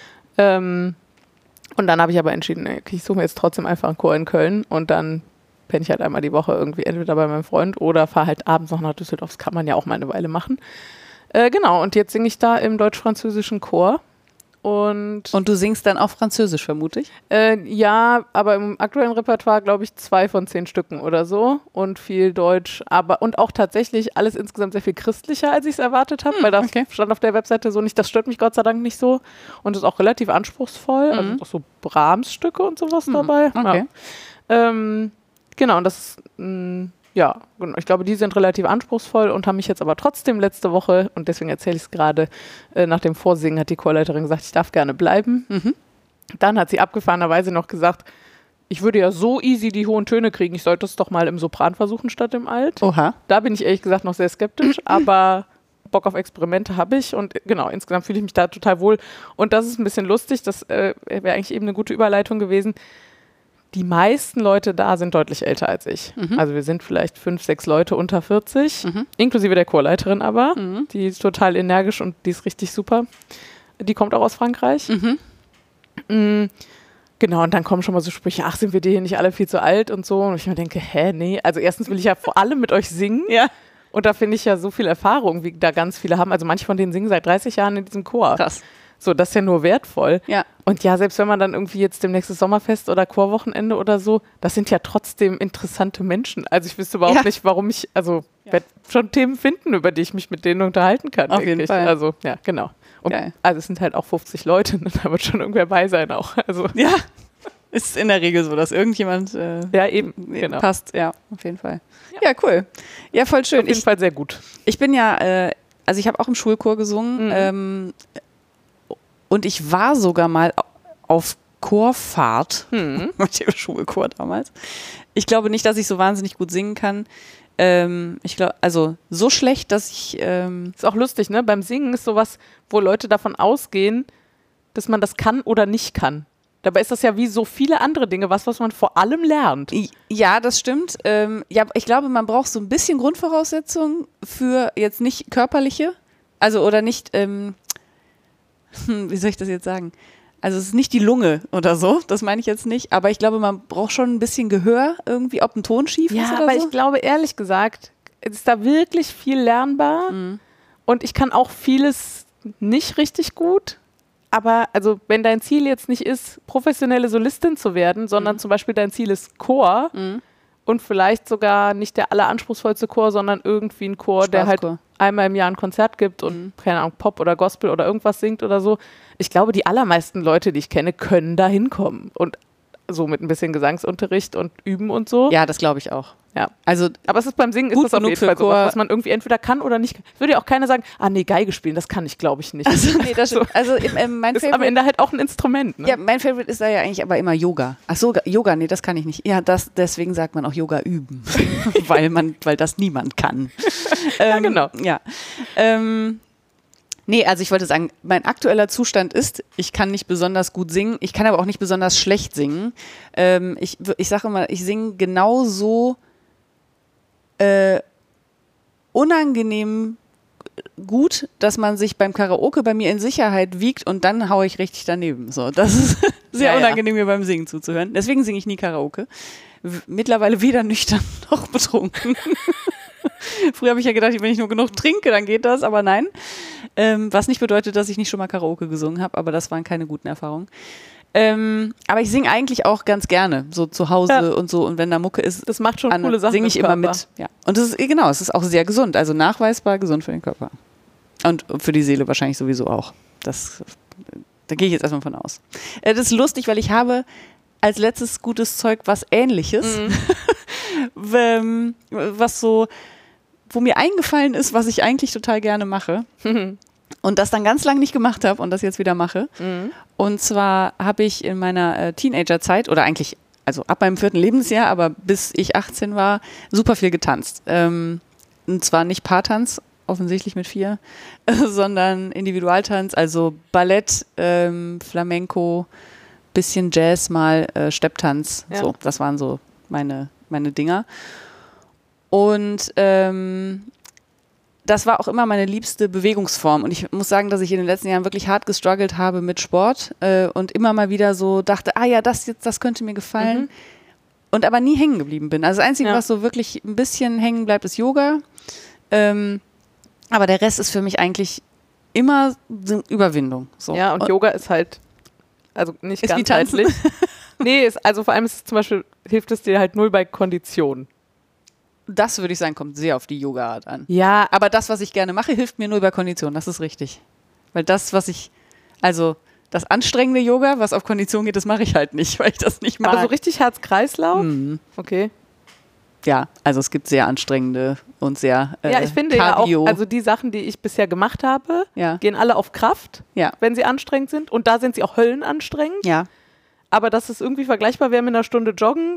Ähm, und dann habe ich aber entschieden, okay, ich suche mir jetzt trotzdem einfach einen Chor in Köln und dann penne ich halt einmal die Woche irgendwie entweder bei meinem Freund oder fahre halt abends noch nach Düsseldorf. Das kann man ja auch mal eine Weile machen. Äh, genau, und jetzt singe ich da im deutsch-französischen Chor. Und, und du singst dann auch Französisch, vermute ich? Äh, ja, aber im aktuellen Repertoire glaube ich zwei von zehn Stücken oder so und viel Deutsch. Aber und auch tatsächlich alles insgesamt sehr viel christlicher, als ich es erwartet habe, hm, weil das okay. stand auf der Webseite so nicht. Das stört mich Gott sei Dank nicht so und ist auch relativ anspruchsvoll. Mhm. Also auch so Brahms-Stücke und sowas mhm. dabei. Okay. Ja. Ähm, Genau, und das, mh, ja, ich glaube, die sind relativ anspruchsvoll und haben mich jetzt aber trotzdem letzte Woche, und deswegen erzähle ich es gerade, äh, nach dem Vorsingen hat die Chorleiterin gesagt, ich darf gerne bleiben. Mhm. Dann hat sie abgefahrenerweise noch gesagt, ich würde ja so easy die hohen Töne kriegen, ich sollte es doch mal im Sopran versuchen statt im Alt. Oha. Da bin ich ehrlich gesagt noch sehr skeptisch, aber Bock auf Experimente habe ich und genau, insgesamt fühle ich mich da total wohl. Und das ist ein bisschen lustig, das äh, wäre eigentlich eben eine gute Überleitung gewesen. Die meisten Leute da sind deutlich älter als ich. Mhm. Also wir sind vielleicht fünf, sechs Leute unter vierzig, mhm. inklusive der Chorleiterin aber. Mhm. Die ist total energisch und die ist richtig super. Die kommt auch aus Frankreich. Mhm. Mhm. Genau, und dann kommen schon mal so Sprüche, ach, sind wir die hier nicht alle viel zu alt und so. Und ich mir denke, hä, nee. Also erstens will ich ja vor allem mit euch singen. Ja. Und da finde ich ja so viel Erfahrung, wie da ganz viele haben. Also manche von denen singen seit dreißig Jahren in diesem Chor. Krass. So, das ist ja nur wertvoll. Ja. Und ja, selbst wenn man dann irgendwie jetzt demnächst das Sommerfest oder Chorwochenende oder so, das sind ja trotzdem interessante Menschen. Also ich wüsste überhaupt ja. nicht, warum ich, also ja. werde schon Themen finden, über die ich mich mit denen unterhalten kann. Auf jeden ich. Fall. Also, ja, genau. Und, also es sind halt auch fünfzig Leute, da wird schon irgendwer bei sein auch. Also. Ja, ist in der Regel so, dass irgendjemand äh, ja, eben, genau. passt. Ja, auf jeden Fall. Ja, ja cool. Ja, voll schön. Auf jeden ich, Fall sehr gut. Ich bin ja, äh, also ich habe auch im Schulchor gesungen, mhm. ähm, und ich war sogar mal auf Chorfahrt hm. mit dem Schulchor damals. Ich glaube nicht, dass ich so wahnsinnig gut singen kann. Ähm, ich glaube, also so schlecht, dass ich... Ähm ist auch lustig, ne? Beim Singen ist sowas, wo Leute davon ausgehen, dass man das kann oder nicht kann. Dabei ist das ja wie so viele andere Dinge, was, was man vor allem lernt. Ja, das stimmt. Ähm, ja, ich glaube, man braucht so ein bisschen Grundvoraussetzungen für jetzt nicht körperliche, also oder nicht... Ähm, wie soll ich das jetzt sagen? Also es ist nicht die Lunge oder so, das meine ich jetzt nicht, aber ich glaube, man braucht schon ein bisschen Gehör irgendwie, ob ein Ton schief ja, ist oder aber so. Ich glaube, ehrlich gesagt, ist da wirklich viel lernbar mhm. und ich kann auch vieles nicht richtig gut, aber also wenn dein Ziel jetzt nicht ist, professionelle Solistin zu werden, sondern mhm. zum Beispiel dein Ziel ist Chor mhm. und vielleicht sogar nicht der alleranspruchsvollste Chor, sondern irgendwie ein Chor, der halt einmal im Jahr ein Konzert gibt und, mhm. keine Ahnung, Pop oder Gospel oder irgendwas singt oder so. Ich glaube, die allermeisten Leute, die ich kenne, können da hinkommen. Und so mit ein bisschen Gesangsunterricht und Üben und so. Ja, das glaube ich auch. Ja. Also, aber es ist beim Singen ist das auf jeden Fall so was, was man irgendwie entweder kann oder nicht. Es würde ja auch keiner sagen, ah nee, Geige spielen, das kann ich, glaube ich, nicht. Also, nee, das also, also im, im, mein ist Favorite, am Ende halt auch ein Instrument. Ne? Ja, mein Favorite ist da ja eigentlich aber immer Yoga. Ach so, Yoga, nee, das kann ich nicht. Ja, das, deswegen sagt man auch Yoga üben, weil man, weil das niemand kann. Ja, ähm, genau. Ja. Ähm, Nee, also ich wollte sagen, mein aktueller Zustand ist, ich kann nicht besonders gut singen, ich kann aber auch nicht besonders schlecht singen. Ähm, ich ich sage immer, ich singe genauso äh, unangenehm gut, dass man sich beim Karaoke bei mir in Sicherheit wiegt und dann haue ich richtig daneben. So, das ist sehr ja, unangenehm, ja. mir beim Singen zuzuhören. Deswegen singe ich nie Karaoke. W- mittlerweile weder nüchtern noch betrunken. Früher habe ich ja gedacht, wenn ich nur genug trinke, dann geht das, aber nein. Ähm, was nicht bedeutet, dass ich nicht schon mal Karaoke gesungen habe, aber das waren keine guten Erfahrungen. Ähm, aber ich singe eigentlich auch ganz gerne, so zu Hause ja. und so. Und wenn da Mucke ist, das macht schon an, coole Sachen. Singe ich immer mit. Ja. Und das ist genau, es ist auch sehr gesund, also nachweisbar gesund für den Körper. Und für die Seele wahrscheinlich sowieso auch. Das, da gehe ich jetzt erstmal von aus. Äh, das ist lustig, weil ich habe als letztes gutes Zeug was Ähnliches, mhm. was so, wo mir eingefallen ist, was ich eigentlich total gerne mache. Mhm. Und das dann ganz lange nicht gemacht habe und das jetzt wieder mache. Mhm. Und zwar habe ich in meiner äh, Teenagerzeit oder eigentlich, also ab meinem vierten Lebensjahr, aber bis ich achtzehn war, super viel getanzt. Ähm, und zwar nicht Paartanz, offensichtlich mit vier, äh, sondern Individualtanz, also Ballett, ähm, Flamenco, bisschen Jazz mal, äh, Stepptanz. Ja. So, das waren so meine, meine Dinger. Und ähm, das war auch immer meine liebste Bewegungsform. Und ich muss sagen, dass ich in den letzten Jahren wirklich hart gestruggelt habe mit Sport äh, und immer mal wieder so dachte, ah ja, das jetzt, das könnte mir gefallen. Mhm. Und aber nie hängen geblieben bin. Also das Einzige, ja. was so wirklich ein bisschen hängen bleibt, ist Yoga. Ähm, aber der Rest ist für mich eigentlich immer Überwindung. So. Ja, und, und Yoga ist halt, also nicht ganzheitlich. Nee, ist, also vor allem ist es zum Beispiel, hilft es dir halt null bei Kondition. Das würde ich sagen, kommt sehr auf die Yoga-Art an. Ja. Aber das, was ich gerne mache, hilft mir nur über Kondition. Das ist richtig. Weil das, was ich, also das anstrengende Yoga, was auf Kondition geht, das mache ich halt nicht, weil ich das nicht mag. Aber so richtig Herz-Kreislauf? Mhm. Okay. Ja, also es gibt sehr anstrengende und sehr äh, Ja, ich finde Cardio. ja auch, also die Sachen, die ich bisher gemacht habe, ja. gehen alle auf Kraft, ja. wenn sie anstrengend sind. Und da sind sie auch höllenanstrengend. Ja. Aber dass es irgendwie vergleichbar wäre mit einer Stunde Joggen.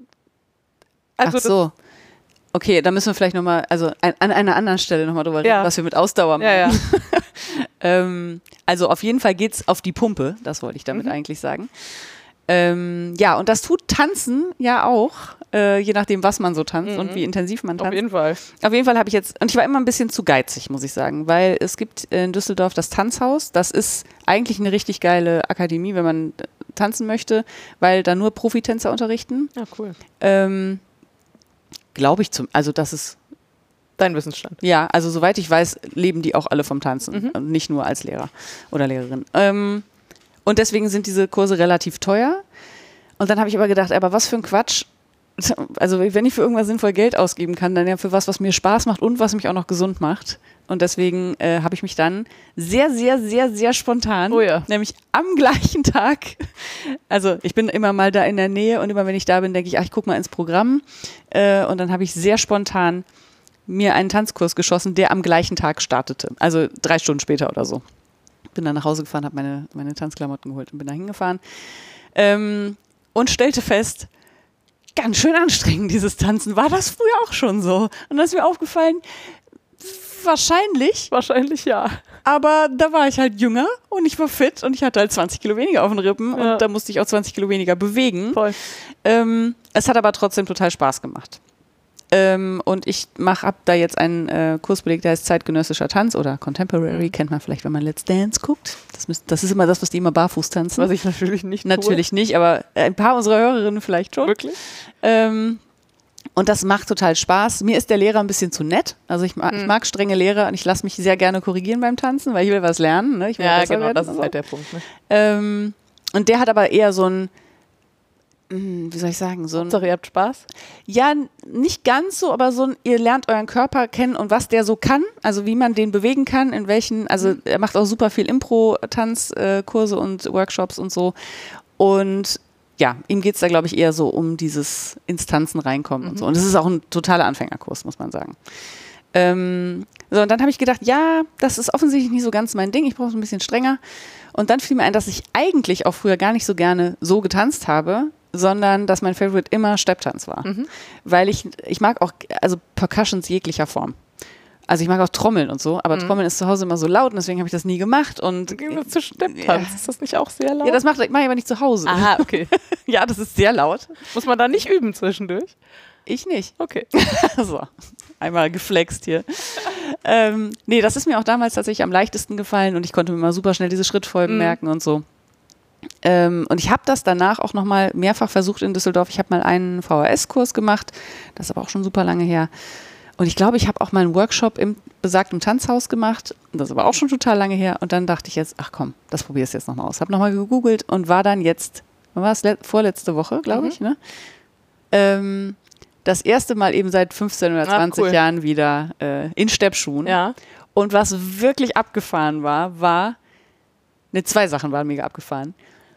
Also Ach so. Okay, da müssen wir vielleicht nochmal, also an, an einer anderen Stelle nochmal drüber reden, ja. was wir mit Ausdauer machen. Ja, ja. ähm, also auf jeden Fall geht's auf die Pumpe, das wollte ich damit mhm. eigentlich sagen. Ähm, ja, und das tut Tanzen ja auch, äh, je nachdem, was man so tanzt mhm. und wie intensiv man tanzt. Auf jeden Fall. Auf jeden Fall habe ich jetzt, und ich war immer ein bisschen zu geizig, muss ich sagen, weil es gibt in Düsseldorf das Tanzhaus, das ist eigentlich eine richtig geile Akademie, wenn man tanzen möchte, weil da nur Profitänzer unterrichten. Ja, cool. Ähm, Glaube ich zum, also das ist dein Wissensstand. Ja, also soweit ich weiß, leben die auch alle vom Tanzen mhm. und nicht nur als Lehrer oder Lehrerin. Ähm, und deswegen sind diese Kurse relativ teuer. Und dann habe ich aber gedacht, aber was für ein Quatsch. Also wenn ich für irgendwas sinnvoll Geld ausgeben kann, dann ja für was, was mir Spaß macht und was mich auch noch gesund macht. Und deswegen äh, habe ich mich dann sehr, sehr, sehr, sehr spontan, oh ja. nämlich am gleichen Tag, also ich bin immer mal da in der Nähe und immer wenn ich da bin, denke ich, ach, ich gucke mal ins Programm. Äh, und dann habe ich sehr spontan mir einen Tanzkurs geschossen, der am gleichen Tag startete. Also drei Stunden später oder so. Bin dann nach Hause gefahren, habe meine, meine Tanzklamotten geholt und bin da hingefahren. Ähm, und stellte fest, ganz schön anstrengend, dieses Tanzen. War das früher auch schon so? Und dann ist mir aufgefallen, wahrscheinlich. Wahrscheinlich ja. Aber da war ich halt jünger und ich war fit und ich hatte halt zwanzig Kilo weniger auf den Rippen ja. und da musste ich auch zwanzig Kilo weniger bewegen. Voll. Ähm, es hat aber trotzdem total Spaß gemacht. Ähm, und ich mache ab da jetzt einen äh, Kurs belegt, der heißt zeitgenössischer Tanz oder Contemporary, mhm. kennt man vielleicht, wenn man Let's Dance guckt. Das, müsst, das ist immer das, was die immer barfuß tanzen. Was ich natürlich nicht Natürlich tue. nicht, aber ein paar unserer Hörerinnen vielleicht schon. Wirklich? Ähm, Und das macht total Spaß. Mir ist der Lehrer ein bisschen zu nett. Also ich mag, mhm. ich mag strenge Lehrer und ich lasse mich sehr gerne korrigieren beim Tanzen, weil ich will was lernen. Ne? Ich will ja, genau, das ist so. halt der Punkt. Ne? Ähm, und der hat aber eher so ein, wie soll ich sagen, so ein... Hauptsache, ihr habt Spaß? Ja, nicht ganz so, aber so ein, ihr lernt euren Körper kennen und was der so kann, also wie man den bewegen kann, in welchen, also mhm. er macht auch super viel Impro-Tanzkurse äh, und Workshops und so. Und ja, ihm geht es da, glaube ich, eher so um dieses Instanzen reinkommen mhm. und so. Und das ist auch ein totaler Anfängerkurs, muss man sagen. Ähm, so, und dann habe ich gedacht, ja, das ist offensichtlich nicht so ganz mein Ding, ich brauche es ein bisschen strenger. Und dann fiel mir ein, dass ich eigentlich auch früher gar nicht so gerne so getanzt habe, sondern dass mein Favorite immer Stepptanz war. Mhm. Weil ich, ich mag auch, also Percussions jeglicher Form. Also ich mag auch Trommeln und so, aber mhm. Trommeln ist zu Hause immer so laut und deswegen habe ich das nie gemacht. Und Im Gegensatz zu Stepptanz, ja. ist das nicht auch sehr laut? Ja, das mache mach ich aber nicht zu Hause. Aha, okay. Ja, das ist sehr laut. Muss man da nicht üben zwischendurch? Ich nicht. Okay. So, einmal geflext hier. ähm, nee, das ist mir auch damals tatsächlich am leichtesten gefallen und ich konnte mir mal super schnell diese Schrittfolgen mhm. merken und so. Ähm, und ich habe das danach auch nochmal mehrfach versucht in Düsseldorf. Ich habe mal einen V H S-Kurs gemacht, das ist aber auch schon super lange her. Und ich glaube, ich habe auch mal einen Workshop im besagten Tanzhaus gemacht, das ist aber auch schon total lange her. Und dann dachte ich jetzt, ach komm, das probierst du jetzt nochmal aus. Habe nochmal gegoogelt und war dann jetzt, wann war es, vorletzte Woche, glaube mhm. ich, ne? Ähm, das erste Mal eben seit fünfzehn oder zwanzig Ach, cool. Jahren wieder äh, in Steppschuhen. Ja. Und was wirklich abgefahren war, war, ne, zwei Sachen waren mega abgefahren.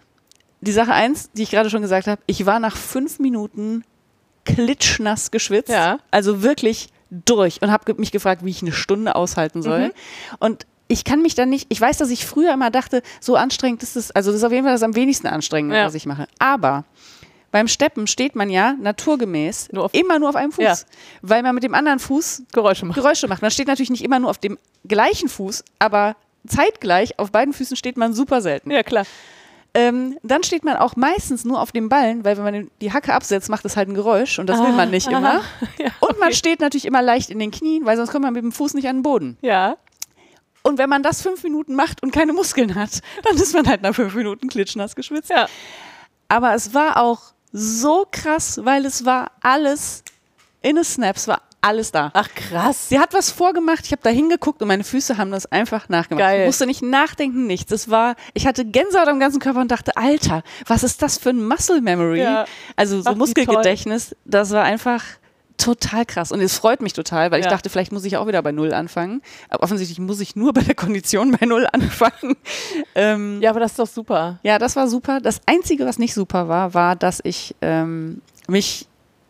Die Sache eins, die ich gerade schon gesagt habe, ich war nach fünf Minuten klitschnass geschwitzt. Ja. Also wirklich durch und habe mich gefragt, wie ich eine Stunde aushalten soll. Mhm. Und ich kann mich dann nicht, ich weiß, dass ich früher immer dachte, so anstrengend ist es, also das ist auf jeden Fall das am wenigsten anstrengende, ja. was ich mache. Aber beim Steppen steht man ja naturgemäß nur immer nur auf einem Fuß, ja. weil man mit dem anderen Fuß Geräusche macht. Geräusche macht. Man steht natürlich nicht immer nur auf dem gleichen Fuß, aber zeitgleich auf beiden Füßen steht man super selten. Ja, klar. Ähm, dann steht man auch meistens nur auf dem Ballen, weil wenn man die Hacke absetzt, macht das halt ein Geräusch und das ah, will man nicht ah, immer. Ja, okay. Und man steht natürlich immer leicht in den Knien, weil sonst kommt man mit dem Fuß nicht an den Boden. Ja. Und wenn man das fünf Minuten macht und keine Muskeln hat, dann ist man halt nach fünf Minuten klitschnass geschwitzt. Ja. Aber es war auch so krass, weil es war alles in a snap, es war alles da. Ach krass. Sie hat was vorgemacht, ich habe da hingeguckt und meine Füße haben das einfach nachgemacht. Geil. Ich musste nicht nachdenken, nichts. Es war, ich hatte Gänsehaut am ganzen Körper und dachte, Alter, was ist das für ein Muscle Memory? Ja. Also so Ach, Muskelgedächtnis, das war einfach total krass. Und es freut mich total, weil ja. ich dachte, vielleicht muss ich auch wieder bei Null anfangen. Aber offensichtlich muss ich nur bei der Kondition bei Null anfangen. ähm, ja, aber das ist doch super. Ja, das war super. Das Einzige, was nicht super war, war, dass ich ähm, mich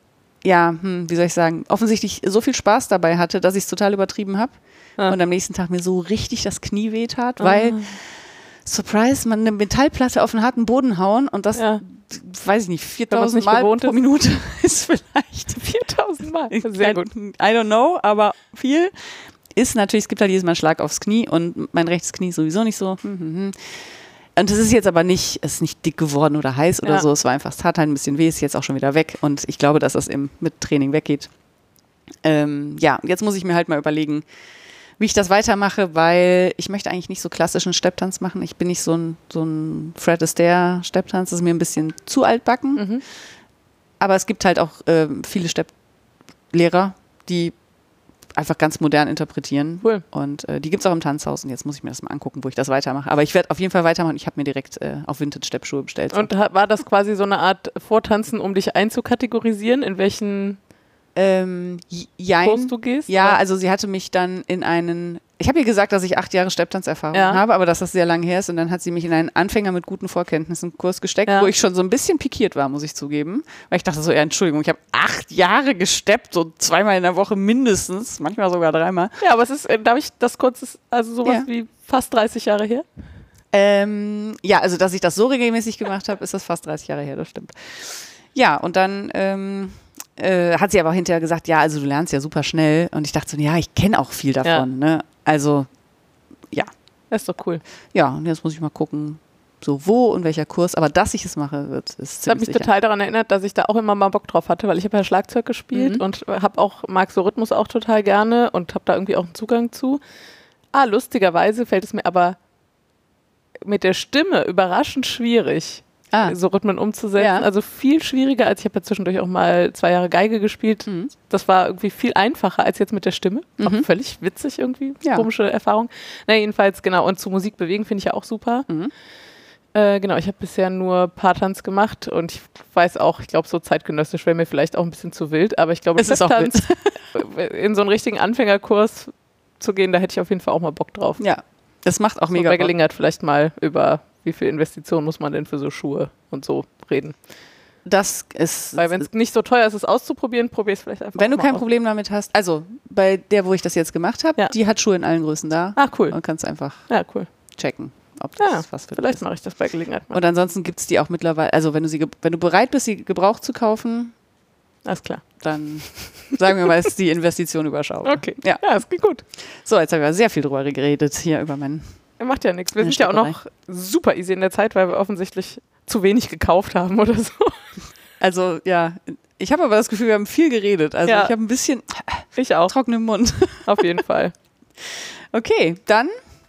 ja, hm, wie soll ich sagen, offensichtlich so viel Spaß dabei hatte, dass ich es total übertrieben habe ah. und am nächsten Tag mir so richtig das Knie wehtat, weil, ah. Surprise, man eine Metallplatte auf einen harten Boden hauen und das, ja. weiß ich nicht, viertausend Mal pro ist. Minute ist vielleicht viertausend Mal. Sehr gut. I don't know, aber viel ist natürlich, es gibt halt jedes Mal einen Schlag aufs Knie und mein rechtes Knie ist sowieso nicht so. Hm, hm, hm. Und es ist jetzt aber nicht, es ist nicht dick geworden oder heiß oder ja. so. Es war einfach, es tat halt ein bisschen weh, ist jetzt auch schon wieder weg. Und ich glaube, dass das eben mit Training weggeht. Ähm, ja, jetzt muss ich mir halt mal überlegen, wie ich das weitermache, weil ich möchte eigentlich nicht so klassischen Stepptanz machen. Ich bin nicht so ein, so ein Fred Astaire Stepptanz, das ist mir ein bisschen zu altbacken. Mhm. Aber es gibt halt auch äh, viele Stepplehrer, die einfach ganz modern interpretieren. Cool. Und äh, die gibt es auch im Tanzhaus. Und jetzt muss ich mir das mal angucken, wo ich das weitermache. Aber ich werde auf jeden Fall weitermachen. Ich habe mir direkt äh, auf Vintage-Steppschuhe bestellt. So. Und war das quasi so eine Art Vortanzen, um dich einzukategorisieren, in welchen ähm, jein. Kurs du gehst? Ja, oder? also sie hatte mich dann in einen, ich habe ihr gesagt, dass ich acht Jahre Stepptanzerfahrung ja. habe, aber dass das sehr lange her ist. Und dann hat sie mich in einen Anfänger mit guten Vorkenntnissen Kurs gesteckt, ja. wo ich schon so ein bisschen pikiert war, muss ich zugeben. Weil ich dachte so, ja, Entschuldigung, ich habe acht Jahre gesteppt, so zweimal in der Woche mindestens, manchmal sogar dreimal. Ja, aber es ist, darf ich das kurz, also sowas ja. wie fast dreißig Jahre her? Ähm, ja, also dass ich das so regelmäßig gemacht habe, ist das fast dreißig Jahre her, das stimmt. Ja, und dann ähm, äh, hat sie aber hinterher gesagt, ja, also du lernst ja super schnell. Und ich dachte so, ja, ich kenne auch viel davon. Ja. Ne? Also, ja. Das ist doch cool. Ja, und jetzt muss ich mal gucken, so wo und welcher Kurs. Aber dass ich es mache, wird ist ziemlich Das hat mich sicher. total daran erinnert, dass ich da auch immer mal Bock drauf hatte, weil ich habe ja Schlagzeug gespielt mhm. und habe auch, mag so Rhythmus auch total gerne und habe da irgendwie auch einen Zugang zu. Ah, lustigerweise fällt es mir aber mit der Stimme überraschend schwierig. ah. so Rhythmen umzusetzen. Ja. Also viel schwieriger, als ich habe ja zwischendurch auch mal zwei Jahre Geige gespielt. Mhm. Das war irgendwie viel einfacher als jetzt mit der Stimme. Mhm. Auch völlig witzig irgendwie, Ja. komische Erfahrung. Na, jedenfalls, genau, und zu Musik bewegen finde ich ja auch super. Mhm. Äh, genau, ich habe bisher nur Paartanz gemacht und ich weiß auch, ich glaube, so zeitgenössisch wäre mir vielleicht auch ein bisschen zu wild, aber ich glaube, Es ist auch Steptanz in so einen richtigen Anfängerkurs zu gehen, da hätte ich auf jeden Fall auch mal Bock drauf. Ja, das macht auch So mega bei Bock. Gelegenheit vielleicht mal über wie viel Investitionen muss man denn für so Schuhe und so reden. Das ist, Weil wenn es nicht so teuer ist, es auszuprobieren, probier es vielleicht einfach wenn du mal kein aus. Problem damit hast, also bei der, wo ich das jetzt gemacht habe, Ja. die hat Schuhe in allen Größen da Ah, cool. und kannst einfach Ja, cool. checken, ob das Ja, was für dich vielleicht ist. mache ich das bei Gelegenheit mal. Und ansonsten gibt es die auch mittlerweile, also wenn du sie, ge- wenn du bereit bist, sie gebraucht zu kaufen, Alles klar. dann sagen wir mal, ist die Investition überschaubar. Okay. Ja. ja, es geht gut. So, jetzt haben wir sehr viel drüber geredet hier über meinen. Er macht ja nichts. Wir Eine sind ja auch Stopperei. noch super easy in der Zeit, weil wir offensichtlich zu wenig gekauft haben oder so. Also ja, ich habe aber das Gefühl, wir haben viel geredet. Also Ja. ich habe ein bisschen Ich auch, trockenen Mund. auf jeden Fall. Okay, dann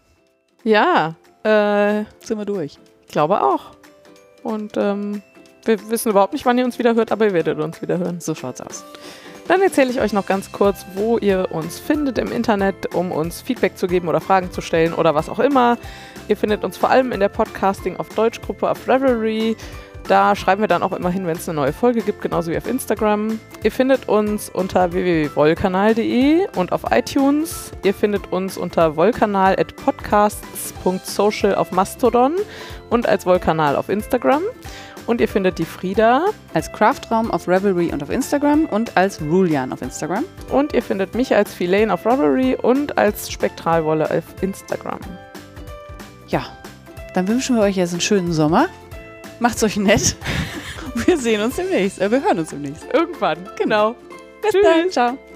Ja, äh, sind wir durch. ich glaube auch. Und ähm, wir wissen überhaupt nicht, wann ihr uns wieder hört, aber ihr werdet uns wieder hören. So schaut's aus. Dann erzähle ich euch noch ganz kurz, wo ihr uns findet im Internet, um uns Feedback zu geben oder Fragen zu stellen oder was auch immer. Ihr findet uns vor allem in der Podcasting auf Deutsch-Gruppe auf Revelry. Da schreiben wir dann auch immer hin, wenn es eine neue Folge gibt, genauso wie auf Instagram. Ihr findet uns unter w w w punkt wollkanal punkt d e und auf iTunes. Ihr findet uns unter wollkanal at podcasts punkt social auf Mastodon und als Wollkanal auf Instagram. Und ihr findet die Frieda. Als Craftraum auf Revelry und auf Instagram und als Rulian auf Instagram. Und ihr findet mich als Filane auf Ravelry und als Spektralwolle auf Instagram. Ja, dann wünschen wir euch jetzt einen schönen Sommer. Macht's euch nett. Wir sehen uns demnächst. Äh, wir hören uns demnächst. Irgendwann, genau. Bis dann. Ciao.